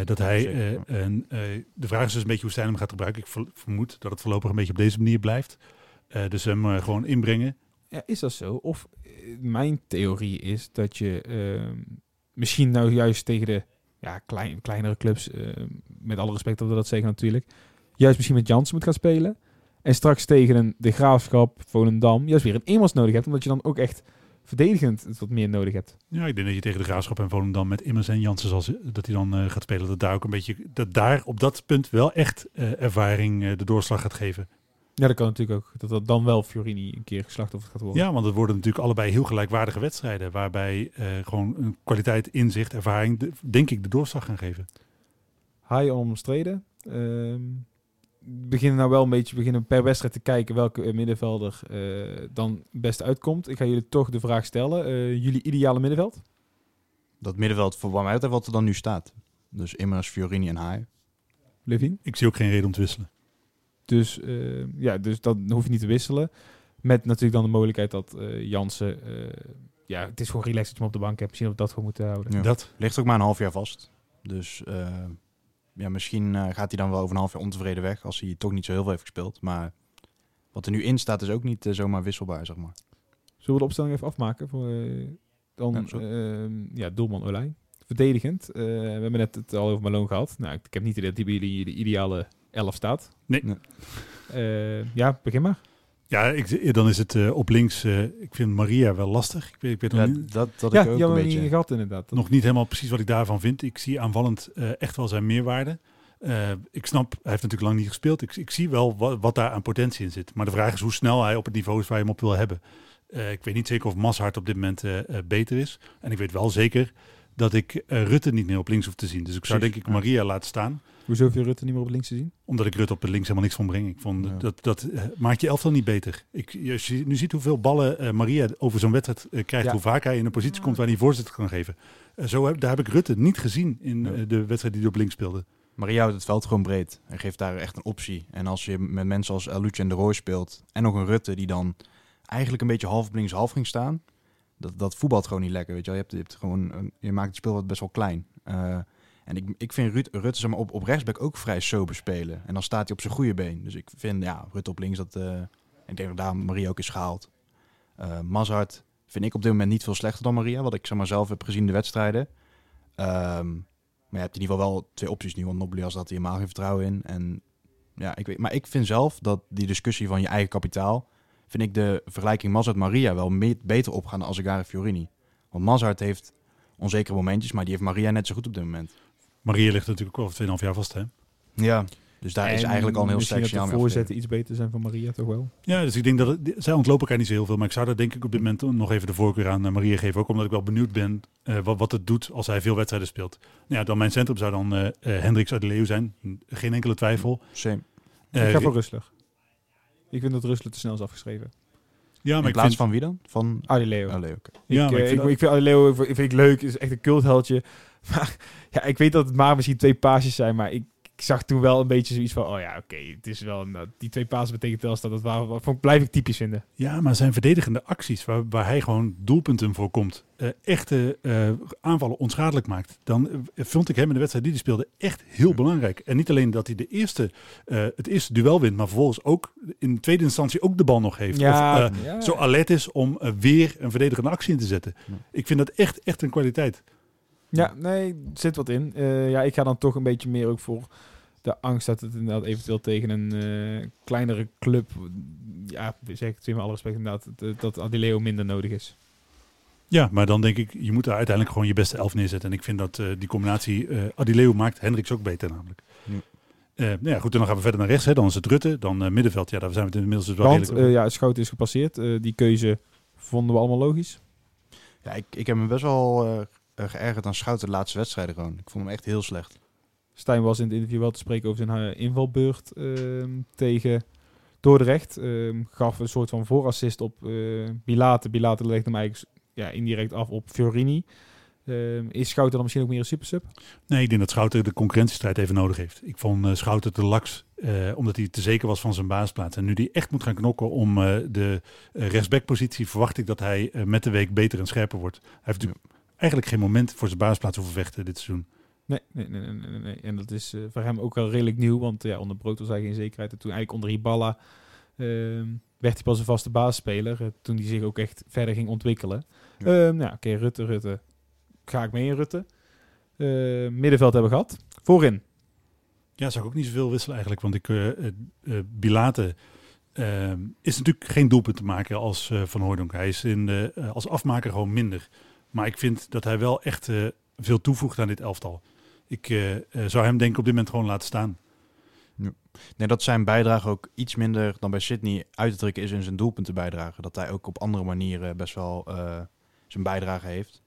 De vraag is dus een beetje hoe Stijn hem gaat gebruiken. Ik vermoed dat het voorlopig een beetje op deze manier blijft. Dus hem gewoon inbrengen.
ja, is dat zo? Of mijn theorie is dat je misschien nou juist tegen de kleinere clubs, met alle respect dat we dat zeggen natuurlijk, juist misschien met Jansen moet gaan spelen. En straks tegen De Graafschap, Volendam, juist weer een eenmaals nodig hebt. Omdat je dan ook echt verdedigend het wat meer nodig hebt.
Ja, ik denk dat je tegen De Graafschap en Volendam met Immers en Jansen, dat hij dan gaat spelen. Dat daar ook een beetje, dat daar op dat punt wel echt ervaring de doorslag gaat geven.
Ja, dat kan natuurlijk ook. Dat dan wel Fiorini een keer geslachtofferd gaat worden.
Ja, want het worden natuurlijk allebei heel gelijkwaardige wedstrijden. Waarbij gewoon een kwaliteit, inzicht, ervaring, denk ik, de doorslag gaan geven.
High omstreden. Beginnen per wedstrijd te kijken welke middenvelder dan best uitkomt. Ik ga jullie toch de vraag stellen. Jullie ideale middenveld?
Dat middenveld voor wat mij betreft wat er dan nu staat. Dus Immers, Fiorini en Haai.
Levin?
Ik zie ook geen reden om te wisselen.
Dus dan hoef je niet te wisselen. Met natuurlijk dan de mogelijkheid dat Jansen... het is gewoon relaxed dat je hem op de bank hebt. Misschien dat we dat gewoon moeten houden.
Ja.
Dat.
Ligt ook maar een half jaar vast. Dus misschien gaat hij dan wel over een half jaar ontevreden weg. Als hij toch niet zo heel veel heeft gespeeld. Maar wat er nu in staat is ook niet zomaar wisselbaar, zeg maar.
Zullen we de opstelling even afmaken? Doelman Olij. Verdedigend. We hebben net het al over Malone gehad. Nou, ik heb niet idee dat die bij jullie de ideale 11 staat.
Nee.
Begin maar.
Ja, dan is het op links. Ik vind Maria wel lastig. Ik weet nog niet,
dat ik ook een beetje...
niet gehad inderdaad.
nog niet helemaal precies wat ik daarvan vind. Ik zie aanvallend echt wel zijn meerwaarde. Ik snap, hij heeft natuurlijk lang niet gespeeld. Ik zie wel wat daar aan potentie in zit. Maar de vraag is hoe snel hij op het niveau is waar je hem op wil hebben. Ik weet niet zeker of Mazhart op dit moment beter is. En ik weet wel zeker dat ik Rutte niet meer op links hoef te zien. Dus ik zou denk ik Maria laten staan.
Hoezo hoef je Rutte niet meer op links te zien?
Omdat ik Rutte op het links helemaal niks van breng. Ik vond dat maakt je elftal niet beter. Als je nu ziet hoeveel ballen Maria over zo'n wedstrijd krijgt, hoe vaak hij in een positie komt waar hij voorzitter kan geven. Daar heb ik Rutte niet gezien in de wedstrijd die hij op links speelde.
Maria houdt het veld gewoon breed en geeft daar echt een optie. En als je met mensen als El Luci en De Rooij speelt en nog een Rutte die dan eigenlijk een beetje half op links, half ging staan, dat voetbalt gewoon niet lekker. Weet je wel? Je maakt het spel best wel klein. En ik vind Rutte zeg maar, op rechtsback ook vrij sober spelen. En dan staat hij op zijn goede been. Dus ik vind Rutte op links, ik denk dat daar Maria ook is gehaald. Mazhart vind ik op dit moment niet veel slechter dan Maria. Wat ik zeg maar, zelf heb gezien in de wedstrijden. Maar je hebt in ieder geval wel 2 opties nu. Want Noblias had hij helemaal geen vertrouwen in. En, maar ik vind zelf dat die discussie van je eigen kapitaal... vind ik de vergelijking Mazhart-Maria wel beter opgaan als Egari Fiorini. Want Mazhart heeft onzekere momentjes, maar die heeft Maria net zo goed op dit moment.
Maria ligt natuurlijk ook al 2,5 jaar vast, hè?
Ja, dus daar is eigenlijk al een heel sterk signaal
de voorzetten iets beter zijn van Maria, toch wel?
Ja, dus ik denk dat zij ontlopen elkaar niet zo heel veel. Maar ik zou daar denk ik op dit moment nog even de voorkeur aan Maria geven. Ook omdat ik wel benieuwd ben wat het doet als hij veel wedstrijden speelt. Ja, dan mijn centrum zou dan Hendricks uit de Leeuw zijn. Geen enkele twijfel.
Same.
Ik ga voor Rustler. Ik vind dat Rustler te snel is afgeschreven.
Ja, maar
in plaats van wie dan? Van
Adileo.
Okay.
Ik vind Adileo vind ik leuk. Is echt een cultheldje. Maar ja, ik weet dat het maar misschien 2 paasjes zijn, maar ik zag toen wel een beetje zoiets van... oké, het is wel... die 2 pasen betekent Telstar, blijf ik typisch vinden.
Ja, maar zijn verdedigende acties, waar hij gewoon doelpunten voor komt, echte aanvallen onschadelijk maakt, dan vond ik hem in de wedstrijd die hij speelde echt heel belangrijk. En niet alleen dat hij het eerste duel wint, maar vervolgens ook in tweede instantie ook de bal nog heeft. Zo alert is om weer een verdedigende actie in te zetten. Ja. Ik vind dat echt een kwaliteit.
Ja, nee, er zit wat in. Ik ga dan toch een beetje meer ook voor de angst dat het inderdaad eventueel tegen een kleinere club, zeg ik het met alle respect inderdaad, dat Adileo minder nodig is.
Ja, maar dan denk ik, je moet daar uiteindelijk gewoon je beste 11 neerzetten. En ik vind dat die combinatie Adileo maakt Hendricks ook beter namelijk. Ja. Goed, en dan gaan we verder naar rechts. Hè. Dan is het Rutte, dan middenveld. Ja, daar zijn we het inmiddels dus wel redelijk
Schouten is gepasseerd. Die keuze vonden we allemaal logisch.
Ja, ik heb me best wel geërgerd aan Schouten de laatste wedstrijden gewoon. Ik vond hem echt heel slecht.
Stijn was in het interview wel te spreken over zijn invalbeurt tegen Dordrecht. Gaf een soort van voorassist op Bilate. Bilate legde hem eigenlijk indirect af op Fiorini. Is Schouten dan misschien ook meer een supersub?
Nee, ik denk dat Schouten de concurrentiestrijd even nodig heeft. Ik vond Schouten te laks, omdat hij te zeker was van zijn basisplaats. En nu die echt moet gaan knokken om de rechtsbackpositie, verwacht ik dat hij met de week beter en scherper wordt. Hij heeft natuurlijk eigenlijk geen moment voor zijn basisplaats hoeven vechten dit seizoen.
Nee. En dat is voor hem ook wel redelijk nieuw, want onder Brood was hij geen zekerheid. En toen eigenlijk onder Hiballa werd hij pas een vaste basisspeler, toen hij zich ook echt verder ging ontwikkelen. Oké, Rutte. Ga ik mee in Rutte. Middenveld hebben we gehad. Voorin.
Ja, zou ik ook niet zoveel wisselen eigenlijk, want Bilate is natuurlijk geen doelpunt te maken als Van Hooijdonk. Hij is als afmaker gewoon minder. Maar ik vind dat hij wel echt veel toevoegt aan dit elftal. Ik zou hem denk ik op dit moment gewoon laten staan.
Ja. Nee, dat zijn bijdrage ook iets minder dan bij Sydney uit te drukken is in zijn doelpunten bijdragen. Dat hij ook op andere manieren best wel zijn bijdrage heeft.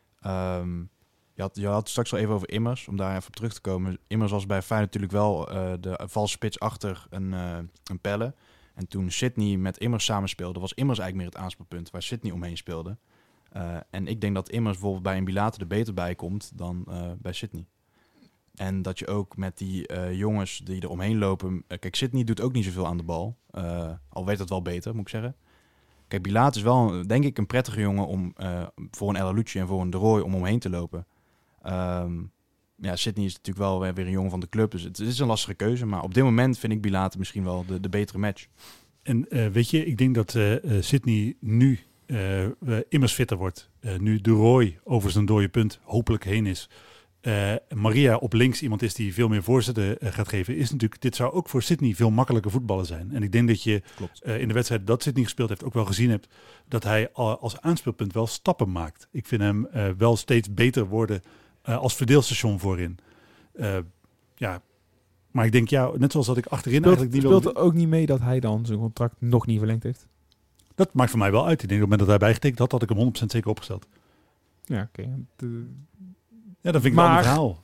Je had straks al even over Immers, om daar even op terug te komen. Immers was bij Feyenoord natuurlijk wel de valse spits achter een Pelle. En toen Sydney met Immers samenspeelde, was Immers eigenlijk meer het aanspeelpunt waar Sydney omheen speelde. En ik denk dat Immers bijvoorbeeld bij een Bilate er beter bij komt dan bij Sydney. En dat je ook met die jongens die er omheen lopen... Kijk, Sydney doet ook niet zoveel aan de bal. Al weet dat wel beter, moet ik zeggen. Kijk, Bilate is wel, denk ik, een prettige jongen om voor een El Alouche en voor een De Roy om omheen te lopen. Sydney is natuurlijk wel weer een jongen van de club. Dus het is een lastige keuze. Maar op dit moment vind ik Bilate misschien wel de betere match.
En weet je, ik denk dat Sydney nu immers fitter wordt. Nu De Roy over zijn dode punt hopelijk heen is. Maria op links iemand is die veel meer voorzetten gaat geven. Dit zou ook voor Sydney veel makkelijker voetballen zijn. En ik denk dat je in de wedstrijd dat Sydney gespeeld heeft ook wel gezien hebt dat hij als aanspeelpunt wel stappen maakt. Ik vind hem wel steeds beter worden als verdeelstation voorin. Maar ik denk net zoals dat ik achterin eigenlijk niet
speelt er ook niet mee dat hij dan zijn contract nog niet verlengd heeft?
Dat maakt voor mij wel uit. Ik denk op het moment dat hij bijgetekend had ik hem 100% zeker opgesteld.
Ja, oké.
Ja, dat vind ik wel een verhaal.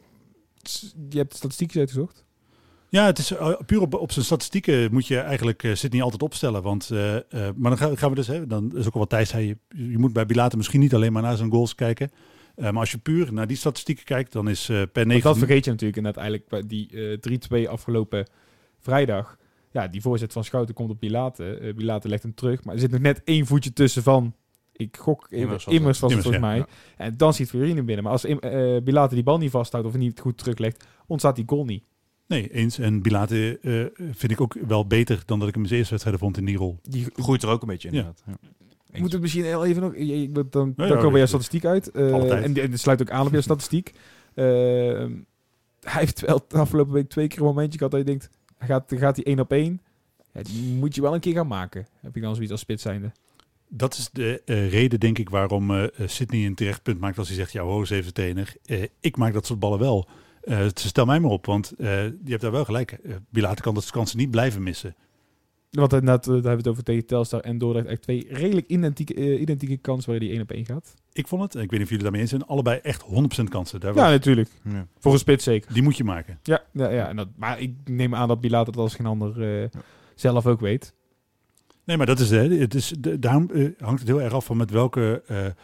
Je hebt de statistieken uitgezocht?
Ja, het is puur op zijn statistieken moet je eigenlijk Sydney altijd opstellen. Want, maar dan gaan we dus, dan is ook al wat Thijs zei, je moet bij Bilate misschien niet alleen maar naar zijn goals kijken. Maar als je puur naar die statistieken kijkt, dan is per 9...
Dat vergeet je natuurlijk en uiteindelijk bij die 3-2 afgelopen vrijdag. Ja, die voorzet van Schouten komt op Bilate. Bilate legt hem terug, maar er zit nog net 1 voetje tussen van... Ik gok, Immers was het volgens mij. Ja. En dan ziet Fiorini binnen. Maar als Bilate die bal niet vasthoudt of niet goed teruglegt, ontstaat die goal niet.
Nee, eens. En Bilate vind ik ook wel beter dan dat ik hem in zijn eerste wedstrijd vond in die rol.
Die groeit er ook een beetje inderdaad. Ja.
Moet het misschien heel even nog... Dan komen we jouw statistiek uit. En sluit ook aan op jouw statistiek. Hij heeft wel de afgelopen week 2 keer een momentje gehad dat je denkt, gaat hij 1 op 1? Ja, die moet je wel een keer gaan maken. Heb ik dan zoiets als spits zijnde. Dat
is de reden, denk ik, waarom Sydney een terecht punt maakt als hij zegt, ja, ho, is even trainer. Ik maak dat soort ballen wel. Stel mij maar op, want je hebt daar wel gelijk. Bilate kan dat kansen niet blijven missen.
Want inderdaad, daar hebben we het over tegen Telstar en Dordrecht. Eigenlijk 2 redelijk identieke kansen waar die 1 op 1 gaat.
Ik vond het, ik weet niet of jullie daarmee eens zijn, allebei echt 100% kansen.
Ja, natuurlijk. Ja. Voor een spits zeker.
Die moet je maken.
Ja. En maar ik neem aan dat Bilate dat als geen ander zelf ook weet.
Nee, maar dat is daarom hangt het heel erg af van met welke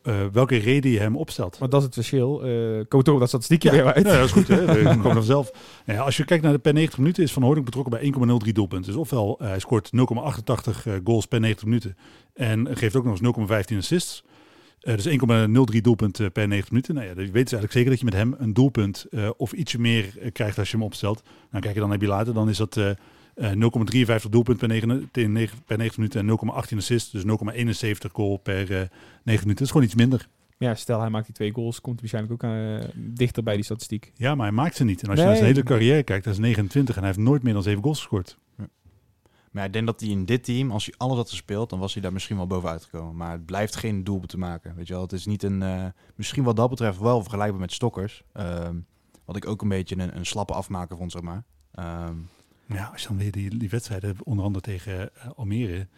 welke reden je hem opstelt.
Maar dat is het verschil. Kom toch op dat statistiekje weer uit.
Ja, dat is goed. Hè? Dat komt vanzelf. Nou ja, als je kijkt naar de per 90 minuten is Van Hooijdonk betrokken bij 1,03 doelpunten. Dus ofwel hij scoort 0,88 goals per 90 minuten en geeft ook nog eens 0,15 assists. Dus 1,03 doelpunten per 90 minuten. Nou ja, je weet dus eigenlijk zeker dat je met hem een doelpunt of ietsje meer krijgt als je hem opstelt. Nou, kijk je dan naar Bilate, dan is dat 0,53 doelpunt per 90 minuten en 0,18 assists. Dus 0,71 goal per 90 minuten. Dat is gewoon iets minder.
Ja, stel hij maakt die 2 goals, komt hij waarschijnlijk ook dichter bij die statistiek.
Ja, maar hij maakt ze niet. En als je naar zijn hele carrière kijkt, dat is 29 en hij heeft nooit meer dan 7 goals gescoord.
Maar ik denk dat hij in dit team, als hij alles had gespeeld, dan was hij daar misschien wel bovenuit gekomen. Maar het blijft geen doelpunt te maken. Weet je wel, het is niet misschien wat dat betreft wel vergelijkbaar met Stokkers. Wat ik ook een beetje een slappe afmaker vond, zeg maar.
Ja, als je dan weer die wedstrijden hebt, onder andere tegen Almere.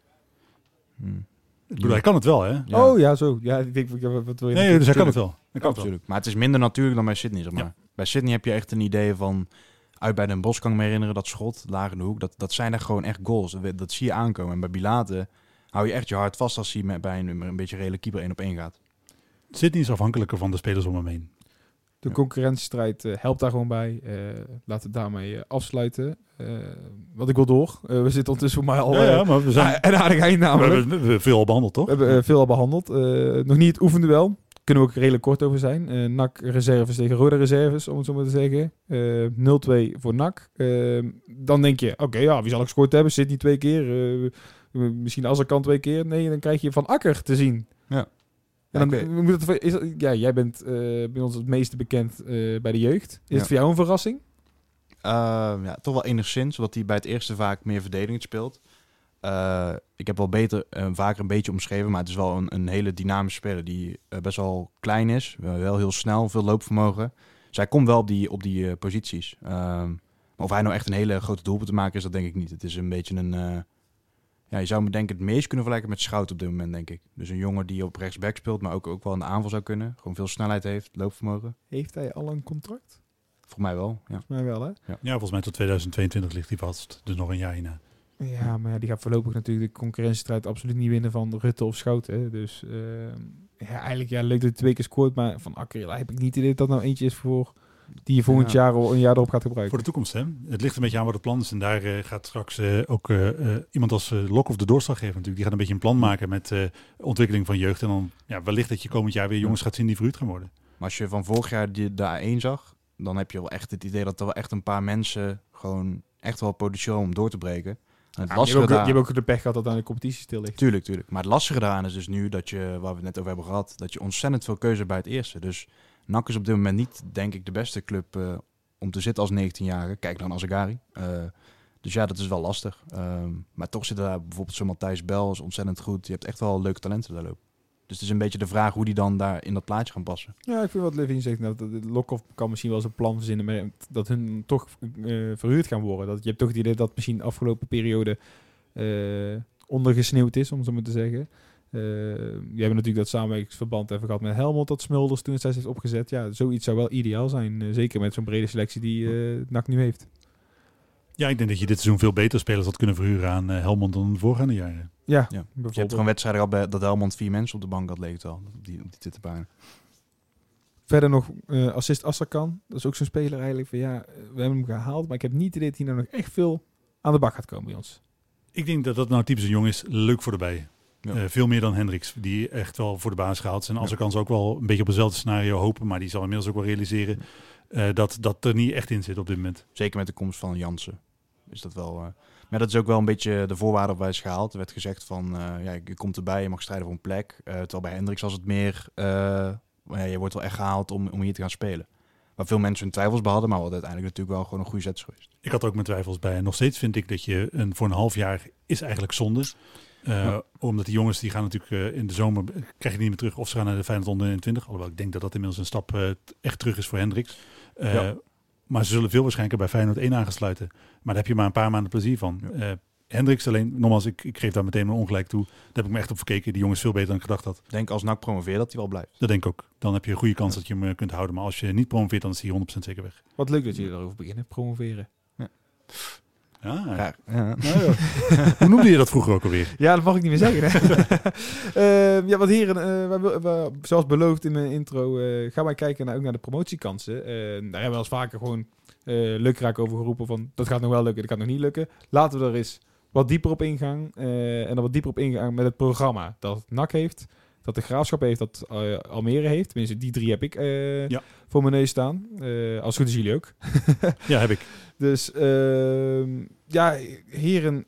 Ik bedoel, hij kan het wel, hè?
Ja. Oh ja, zo. Ja, ik denk, wat wil je?
Nee, dus hij kan het wel.
Absoluut. Maar het is minder natuurlijk dan bij Sydney, zeg maar.
Ja.
Bij Sydney heb je echt een idee van... Uit bij Den Bosch kan ik me herinneren, dat schot, laag in de hoek. Dat zijn er gewoon echt goals. Dat zie je aankomen. En bij Bilate hou je echt je hart vast als hij bij een beetje redelijk keeper 1-op-1 gaat.
Sydney is afhankelijker van de spelers om hem heen.
De concurrentiestrijd helpt daar gewoon bij. Laten we daarmee afsluiten. Want ik wil door. We zitten ondertussen voor mij al...
Ja, maar we zijn...
een aardig eind namelijk.
We hebben veel al behandeld, toch?
We hebben veel al behandeld. Nog niet het oefenduel. Kunnen we ook redelijk kort over zijn. NAC reserves tegen Roda reserves, om het zo maar te zeggen. 0-2 voor NAC. Dan denk je, oké, ja, wie zal ik gescoord hebben? Sydney 2 keer. Misschien Azarkan 2 keer. Nee, dan krijg je Van Akker te zien.
Ja.
En dan, jij bent bij ons het meeste bekend bij de jeugd. Is het voor jou een verrassing?
Ja, toch wel enigszins, omdat hij bij het eerste vaak meer verdedigend speelt. Ik heb wel vaker een beetje omschreven, maar het is wel een hele dynamische speler die best wel klein is, wel heel snel, veel loopvermogen. Dus hij komt wel op die posities. Maar of hij nou echt een hele grote doelpunt te maken is, dat denk ik niet. Het is een beetje je zou me denk ik het meest kunnen vergelijken met Schout op dit moment, denk ik. Dus een jongen die op rechtsback speelt, maar ook wel in de aanval zou kunnen. Gewoon veel snelheid heeft, loopvermogen.
Heeft hij al een contract?
Voor mij wel, ja.
Volgens mij wel, hè?
Ja, volgens mij tot 2022 ligt hij vast. Dus nog een jaar hierna.
Ja, maar die gaat voorlopig natuurlijk de concurrentiestrijd absoluut niet winnen van Rutte of Schouten. Dus eigenlijk leuk dat hij 2 keer scoort, maar Van Akker heb ik niet idee dat dat nou eentje is voor die je volgend jaar of een jaar erop gaat gebruiken.
Voor de toekomst, hè? Het ligt een beetje aan wat het plan is. En daar gaat straks ook iemand als Lok of de doorslaggever natuurlijk. Die gaat een beetje een plan maken met ontwikkeling van jeugd. En dan wellicht dat je komend jaar weer jongens gaat zien die verhuurd gaan worden.
Maar als je van vorig jaar de A1 zag, dan heb je wel echt het idee dat er wel echt een paar mensen gewoon echt wel potentieel om door te breken.
Je hebt ook de pech gehad dat aan de competitie stil ligt.
Tuurlijk. Maar het lastige daaraan is dus nu dat je, waar we het net over hebben gehad, dat je ontzettend veel keuze hebt bij het eerste. Dus NAC is op dit moment niet, denk ik, de beste club om te zitten als 19-jarige. Kijk dan Azegari. Dus ja, dat is wel lastig. Maar toch zitten daar bijvoorbeeld zo'n Matthijs Bel, is ontzettend goed. Je hebt echt wel leuke talenten daar lopen. Dus het is een beetje de vraag hoe die dan daar in dat plaatje gaan passen.
Ja, ik vind wat Levin zegt. Dat Lokhoff kan misschien wel eens een plan verzinnen, maar dat hun toch verhuurd gaan worden. Je hebt toch het idee dat misschien de afgelopen periode ondergesneeuwd is, om zo maar te zeggen. We hebben natuurlijk dat samenwerkingsverband even gehad met Helmond, dat Smulders toen het heeft opgezet. Ja, zoiets zou wel ideaal zijn. Zeker met zo'n brede selectie die NAC nu heeft. Ja,
ik denk dat je dit seizoen veel beter spelers had kunnen verhuren aan Helmond dan de voorgaande jaren.
Ja.
Je hebt gewoon wedstrijden gehad dat Helmond 4 mensen op de bank had, leek het al. Op die zittenbaan.
Verder nog assist Azarkan. Dat is ook zo'n speler eigenlijk van we hebben hem gehaald, maar ik heb niet het idee dat hij nou nog echt veel aan de bak gaat komen bij ons.
Ik denk dat dat nou typisch een jongen is, leuk voor de bij. Ja. Veel meer dan Hendricks, die echt wel voor de baas gehaald zijn. Azarkan zal ook wel een beetje op hetzelfde scenario hopen, maar die zal inmiddels ook wel realiseren dat er niet echt in zit op dit moment.
Zeker met de komst van Jansen. Is dat wel... Maar dat is ook wel een beetje de voorwaarde op wijze gehaald. Er werd gezegd van, je komt erbij, je mag strijden voor een plek. Terwijl bij Hendricks was het meer, je wordt wel echt gehaald om hier te gaan spelen. Waar veel mensen hun twijfels bij hadden, maar wat uiteindelijk natuurlijk wel gewoon een goede zet is geweest.
Ik had ook mijn twijfels bij. En nog steeds vind ik dat je voor een half jaar is eigenlijk zonde. Omdat die jongens die gaan natuurlijk in de zomer, krijg je niet meer terug of ze gaan naar de Feyenoord onder 21. Alhoewel ik denk dat dat inmiddels een stap echt terug is voor Hendricks. Maar ze zullen veel waarschijnlijk bij Feyenoord 1 aangesluiten. Maar daar heb je maar een paar maanden plezier van. Hendricks alleen, nogmaals, ik geef daar meteen een ongelijk toe. Daar heb ik me echt op verkeken. Die jongen is veel beter dan ik gedacht had.
Denk als NAC promoveert dat hij wel blijft.
Dat denk ik ook. Dan heb je een goede kans dat je hem kunt houden. Maar als je niet promoveert, dan is hij 100% zeker weg.
Wat leuk dat jullie daarover beginnen, promoveren.
Ja.
Ja.
Raar. Ja.
Nou, ja. Hoe noemde je dat vroeger ook alweer?
Ja, dat mag ik niet meer zeggen. Hè? Ja, wat heren, zoals beloofd in mijn intro, gaan wij kijken ook naar de promotiekansen. Daar hebben we als vaker gewoon lukraak over geroepen van, dat gaat nog wel lukken, dat gaat nog niet lukken. Laten we er eens wat dieper op ingaan. En dan wat dieper op ingaan met het programma dat NAC heeft, dat de Graafschap heeft, dat Almere heeft. Tenminste, die 3 heb ik voor mijn neus staan. Als het goed is jullie ook.
Ja, heb ik.
Dus heren,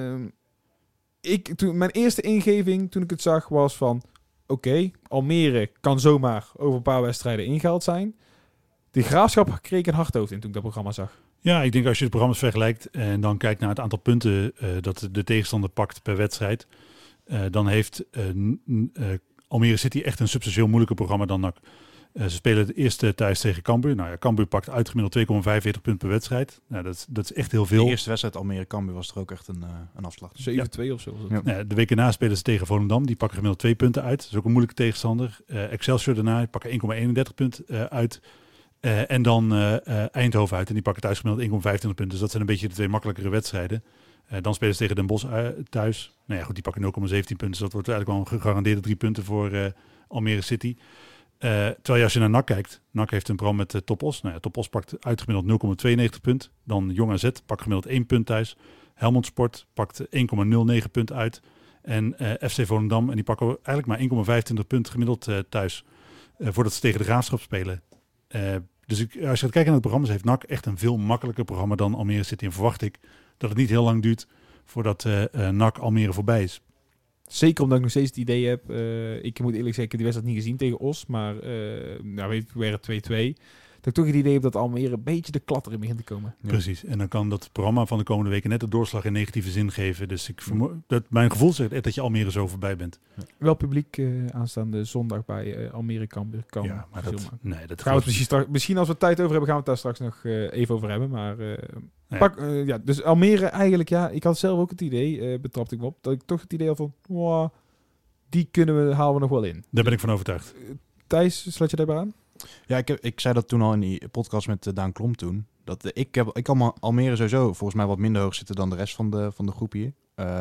mijn eerste ingeving toen ik het zag was van, oké, Almere kan zomaar over een paar wedstrijden ingehaald zijn. De Graafschap kreeg ik een hard hoofd in toen ik dat programma zag.
Ja, ik denk als je de programma's vergelijkt en dan kijkt naar het aantal punten dat de tegenstander pakt per wedstrijd, dan heeft Almere City echt een substantieel moeilijker programma dan NAC. Ze spelen het eerste thuis tegen Cambuur. Nou ja, Cambuur pakt uitgemiddeld 2,45 punten per wedstrijd. Nou, dat is echt heel veel.
De eerste wedstrijd Almere-Cambuur was er ook echt een afslag.
7-2 of zo.
Ja.
De week erna spelen ze tegen Volendam. Die pakken gemiddeld 2 punten uit. Dat is ook een moeilijke tegenstander. Excelsior daarna, die pakken 1,31 punten uit. En dan Eindhoven uit. En die pakken thuis gemiddeld 1,25 punten. Dus dat zijn een beetje de 2 makkelijkere wedstrijden. Dan spelen ze tegen Den Bosch thuis. Nou ja, goed, die pakken 0,17 punten. Dus dat wordt eigenlijk wel een gegarandeerde 3 punten voor Almere City. Terwijl je als je naar NAC kijkt, NAC heeft een programma met Top Os. Nou ja, Top Os pakt uitgemiddeld 0,92 punt. Dan Jong AZ pakt gemiddeld 1 punt thuis. Helmond Sport pakt 1,09 punt uit. En FC Volendam, en die pakken eigenlijk maar 1,25 punt gemiddeld thuis. Voordat ze tegen de Graafschap spelen. Dus als je gaat kijken naar de programma's, heeft NAC echt een veel makkelijker programma dan Almere City. En verwacht ik dat het niet heel lang duurt voordat NAC Almere voorbij is.
Zeker omdat ik nog steeds het idee heb, ik moet eerlijk zeggen, ik heb die wedstrijd niet gezien tegen Os, maar weet ik, we waren 2-2. Dat ik toch het idee heb dat Almere een beetje de klatter in begint te komen.
Ja. Precies, en dan kan dat programma van de komende weken net de doorslag in negatieve zin geven. Dus ik dat mijn gevoel zegt echt dat je Almere zo voorbij bent.
Ja. Wel publiek aanstaande zondag bij Almere Cambuur.
Ja, maar dat
gaan we het misschien als we tijd over hebben, gaan we het daar straks nog even over hebben. Maar dus Almere eigenlijk, ik had zelf ook het idee, betrapte ik me op, dat ik toch het idee had van, wow, die halen we nog wel in.
Daar ben ik van overtuigd.
Thijs, sluit je daarbij aan?
Ja, ik zei dat toen al in die podcast met Daan Klom toen. Dat ik kan Almere sowieso volgens mij wat minder hoog zitten dan de rest van de groep hier.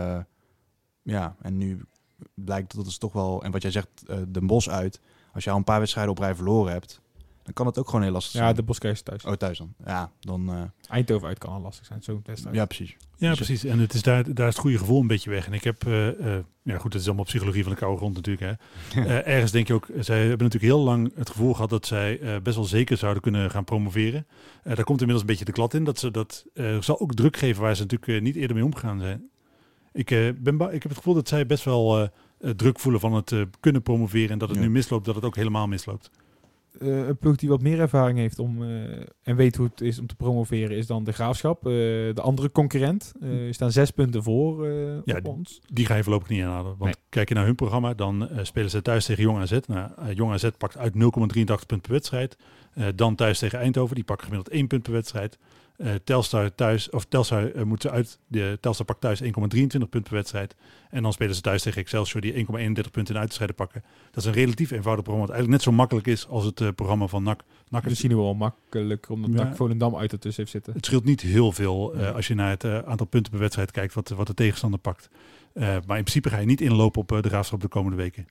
En nu blijkt dat het toch wel, en wat jij zegt, Den Bosch uit. Als je al een paar wedstrijden op rij verloren hebt, dan kan het ook gewoon heel lastig zijn.
Ja, De Bosch krijg je thuis.
Oh, thuis dan. Ja, dan...
Eindhoven uit kan al lastig zijn, zo'n wedstrijd.
Ja, precies.
Ja, precies. En het is daar is het goede gevoel een beetje weg. En ik heb, goed, het is allemaal psychologie van de koude grond natuurlijk. Hè. Ergens denk je ook, zij hebben natuurlijk heel lang het gevoel gehad dat zij best wel zeker zouden kunnen gaan promoveren. Daar komt inmiddels een beetje de klad in. Dat zal ook druk geven waar ze natuurlijk niet eerder mee omgegaan zijn. Ik heb het gevoel dat zij best wel druk voelen van het kunnen promoveren. En dat het nu misloopt, dat het ook helemaal misloopt.
Een ploeg die wat meer ervaring heeft en weet hoe het is om te promoveren is dan de Graafschap. De andere concurrent. Staan 6 punten voor op ons.
Die ga je voorlopig niet aanhalen. Want kijk je naar hun programma, dan spelen ze thuis tegen Jong AZ. Jong AZ pakt uit 0,83 punt per wedstrijd. Dan thuis tegen Eindhoven, die pakken gemiddeld 1 punt per wedstrijd. Telstar pakt thuis 1,23 punt per wedstrijd. En dan spelen ze thuis tegen Excelsior die 1,31 punten in uitwedstrijden pakken. Dat is een relatief eenvoudig programma. Wat eigenlijk net zo makkelijk is als het programma van NAC.
Dat zien we wel makkelijk omdat NAC Volendam uit ertussen heeft zitten.
Het scheelt niet heel veel als je naar het aantal punten per wedstrijd kijkt wat de tegenstander pakt. Maar in principe ga je niet inlopen op de Graafschap de komende weken.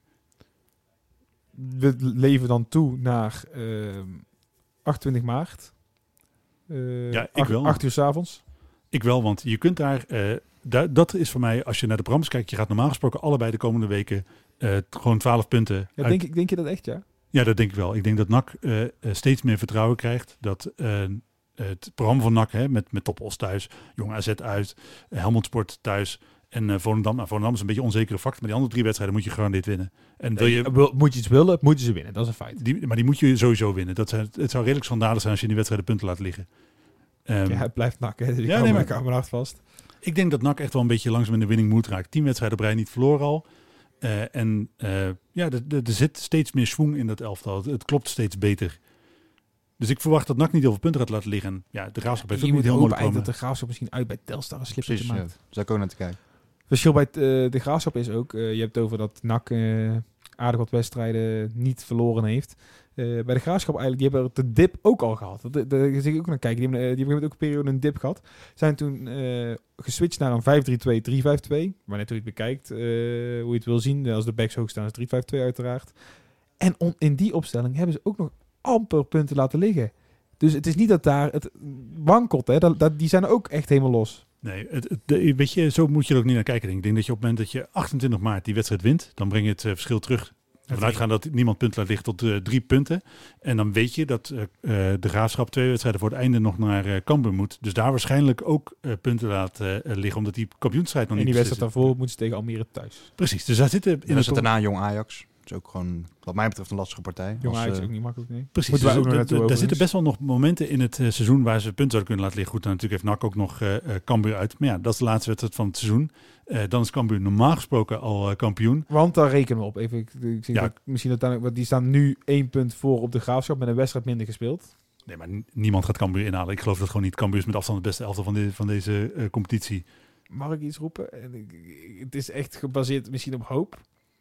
We leven dan toe naar 28 maart.
Ik wel.
8 uur 's avonds.
Ik wel, want je kunt dat is voor mij, als je naar de programma's kijkt, je gaat normaal gesproken allebei de komende weken gewoon 12 punten.
Ja, denk je dat echt, ja?
Ja, dat denk ik wel. Ik denk dat NAC steeds meer vertrouwen krijgt. Dat het programma van NAC met Top Os thuis, Jong AZ uit, Helmond Sport thuis en Volendam. Nou, Volendam is een beetje een onzekere factor, maar die andere 3 wedstrijden moet je gegarandeerd winnen. En
moet je iets willen, moeten ze winnen. Dat is een feit.
Maar die moet je sowieso winnen. Het zou redelijk schandalig zijn als je in die wedstrijden punten laat liggen.
Het blijft NAC, hè? Dus ik hou mijn hart vast.
Ik denk dat NAC echt wel een beetje langzaam in de winning mood raakt. 10 wedstrijden op rij niet verloren al. Er zit steeds meer schwung in dat elftal. Het klopt steeds beter. Dus ik verwacht dat NAC niet heel veel punten gaat laten liggen. Ja, de Graafschap heeft ook niet heel moeilijk komen.
Dat de Graafschap misschien uit bij Telstar een slippertje maakt.
Zou ik ook naar te kijken.
Het verschil bij de Graafschap is ook, je hebt het over dat NAC aardig wat wedstrijden niet verloren heeft. Bij de Graafschap eigenlijk, die hebben de dip ook al gehad. Daar zit ik ook naar kijken. Die hebben ook een periode een dip gehad. Zijn toen geswitcht naar een 5-3-2, 3-5-2. Maar net hoe je het bekijkt, hoe je het wil zien. Als de backs hoog staan is 3-5-2 uiteraard. En in die opstelling hebben ze ook nog amper punten laten liggen. Dus het is niet dat daar het wankelt. Hè? Die zijn ook echt helemaal los.
Nee, weet je, zo moet je er ook niet naar kijken. Ik denk dat je op het moment dat je 28 maart die wedstrijd wint, dan breng je het verschil terug. Vanuitgaan dat niemand punten laat liggen tot 3 punten. En dan weet je dat de Graafschap 2 wedstrijden voor het einde nog naar Cambuur moet. Dus daar waarschijnlijk ook punten laat liggen, omdat die kampioensstrijd nog
en
niet
die
beslist
wedstrijd daarvoor moeten ze tegen Almere thuis.
Precies, dus daar zitten...
En dan zit daarna Jong Ajax. Dat is ook gewoon, wat mij betreft, een lastige partij.
Jong Ajax is ook niet makkelijk, nee.
Precies,
Moeten wij ook nog naartoe
daar zitten best wel nog momenten in het seizoen waar ze punten zouden kunnen laten liggen. Goed, dan natuurlijk heeft NAC ook nog Cambuur uit. Maar ja, dat is de laatste wedstrijd van het seizoen. Dan is Cambuur normaal gesproken al kampioen.
Want daar rekenen we op. Even, ik zie
Ja.
dat misschien uiteindelijk, want die staan nu 1 punt voor op de Graafschap met een wedstrijd minder gespeeld.
Nee, maar niemand gaat Cambuur inhalen. Ik geloof dat gewoon niet. Cambuur is met afstand het beste elftal van deze competitie.
Mag ik iets roepen? Het is echt gebaseerd misschien op hoop.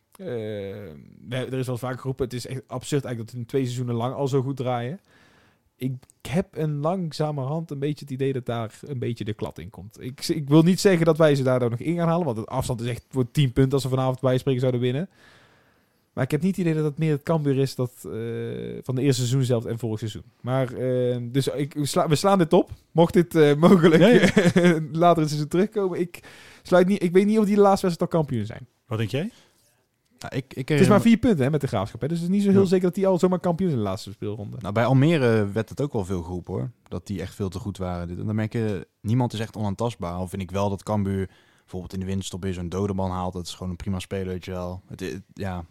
Er is wel vaak geroepen, het is echt absurd eigenlijk dat hun 2 seizoenen lang al zo goed draaien. Ik heb een langzamerhand een beetje het idee dat daar een beetje de klad in komt. Ik wil niet zeggen dat wij ze daar nog in gaan halen, want de afstand is echt voor 10 punten als ze vanavond bij spreken zouden winnen. Maar ik heb niet het idee dat het meer het Cambuur is dat, van de eerste seizoen zelf en vorig seizoen. Maar dus we slaan dit op. Mocht dit mogelijk later in het seizoen terugkomen. Ik weet niet of die de laatste wedstrijd al kampioen zijn.
Wat denk jij?
Nou,
Het is maar 4 punten hè, met de Graafschap. Hè? Dus het is niet zo heel zeker dat die al zomaar kampioen zijn in de laatste speelronde.
Nou, bij Almere werd het ook wel veel geroepen, hoor. Dat die echt veel te goed waren. En dan merk je, niemand is echt onaantastbaar. Al vind ik wel dat Cambuur bijvoorbeeld in de winterstop weer zo'n Dodeman haalt. Dat is gewoon een prima speler, weet je wel. Ja.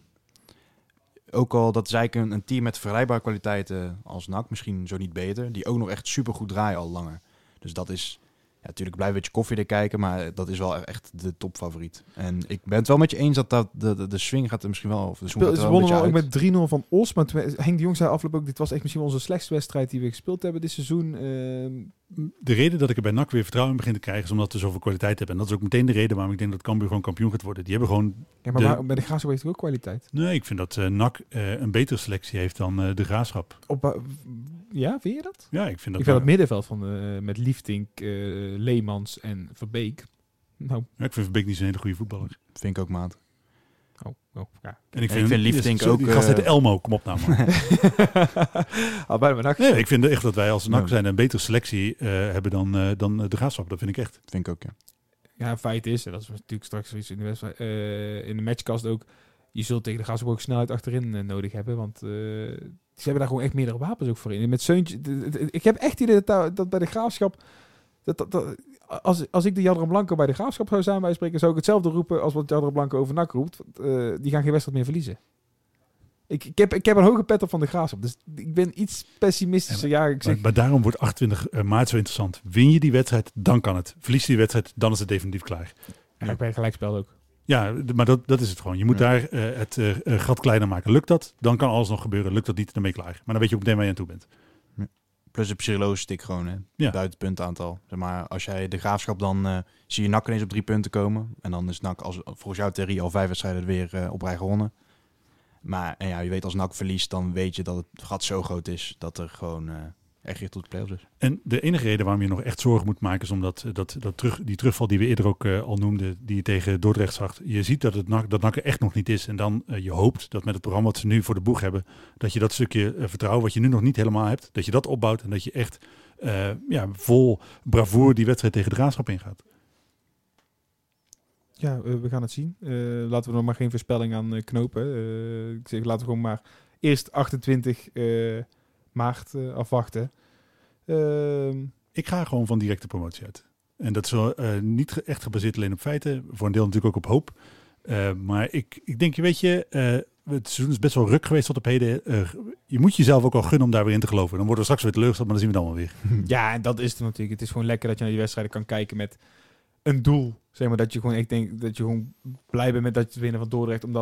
Ook al, dat is eigenlijk een team met vergelijkbare kwaliteiten als NAC. Misschien zo niet beter. Die ook nog echt supergoed draaien al langer. Dus dat is... Ja, natuurlijk blijf een beetje koffiedik kijken, maar dat is wel echt de topfavoriet. En ik ben het wel met je eens dat de swing gaat er misschien wel... Of de swing gaat er
Ze
wel een
wonnen
beetje
wel
uit.
met 3-0 van Os. Maar Henk de Jong zei afgelopen ook, dit was echt misschien onze slechtste wedstrijd die we gespeeld hebben dit seizoen.
De reden dat ik er bij NAC weer vertrouwen in begin te krijgen is omdat we zoveel kwaliteit hebben. En dat is ook meteen de reden waarom ik denk dat Cambuur gewoon kampioen gaat worden. Die hebben gewoon...
Ja, maar bij de Graafschap heeft het ook kwaliteit.
Nee, ik vind dat NAC een betere selectie heeft dan de Graafschap.
Ja, vind je dat?
Ja, ik vind dat...
Ik vind het middenveld van met Liefdink, Leemans en Verbeek. Nou,
Ja, ik vind Verbeek niet zo'n hele goede voetballer.
Vind ik ook, maat.
ja.
En ik
vind Liefdink ook...
Die gast heet Elmo, kom op nou man.
Al bijna NAC.
Nee, ik vind echt dat wij als NAC
Ja.
zijn een betere selectie hebben dan de Graafschap. Dat vind ik echt.
Vind ik ook, ja.
Ja, feit is, en dat is natuurlijk straks zoiets in de wedstrijd, in de matchcast ook, je zult tegen de Graafschap ook snelheid achterin nodig hebben, want ze hebben daar gewoon echt meerdere wapens ook voor in. En met Seuntje, ik heb echt het idee dat bij de Graafschap, als ik de Jadran Blanco bij de Graafschap zou zijn, bij spreken, zou ik hetzelfde roepen als wat Jadran Blanco over NAC roept. Die gaan geen wedstrijd meer verliezen. Ik heb een hoge pet op van de Graafschap, dus ik ben iets pessimistischer. Ja, ik zeg...
Maar daarom wordt 28 maart zo interessant. Win je die wedstrijd, dan kan het. Verlies je die wedstrijd, dan is het definitief klaar.
Ja, bij gelijkspel ook.
Ja, maar dat is het gewoon. Je moet daar het gat kleiner maken. Lukt dat, dan kan alles nog gebeuren. Lukt dat niet, dan ben je klaar. Maar dan weet je ook meteen waar je aan toe bent.
Plus de psychologische stik gewoon, hè.
Ja.
Buiten het puntaantal. Zeg maar, als jij de Graafschap dan... zie je NAC ineens op 3 punten komen. En dan is NAC volgens jouw theorie al 5 wedstrijden weer op rij gewonnen. Maar en ja, je weet als NAC verliest, dan weet je dat het gat zo groot is dat er gewoon echt richting tot de play-offs is.
En de enige reden waarom je nog echt zorgen moet maken is omdat die terugval die we eerder ook al noemden, die je tegen Dordrecht zag. Je ziet dat NAC er echt nog niet is. En dan je hoopt dat met het programma wat ze nu voor de boeg hebben, dat je dat stukje vertrouwen wat je nu nog niet helemaal hebt, dat je dat opbouwt en dat je echt vol bravoure die wedstrijd tegen de Graafschap ingaat.
Ja, we gaan het zien. Laten we nog maar geen voorspelling aan knopen. Ik zeg, laten we gewoon maar eerst 28 maart afwachten.
Ik ga gewoon van directe promotie uit. En dat is niet echt gebaseerd alleen op feiten. Voor een deel natuurlijk ook op hoop. Maar ik denk, weet je, het seizoen is best wel ruk geweest tot op heden. Je moet jezelf ook al gunnen om daar weer in te geloven. Dan worden we straks weer teleurgesteld, maar dan zien we het allemaal weer.
Ja, en dat is het natuurlijk. Het is gewoon lekker dat je naar die wedstrijden kan kijken met een doel. Zeg maar dat je gewoon echt denkt dat je gewoon blij bent met dat je het winnen van Dordrecht. Omdat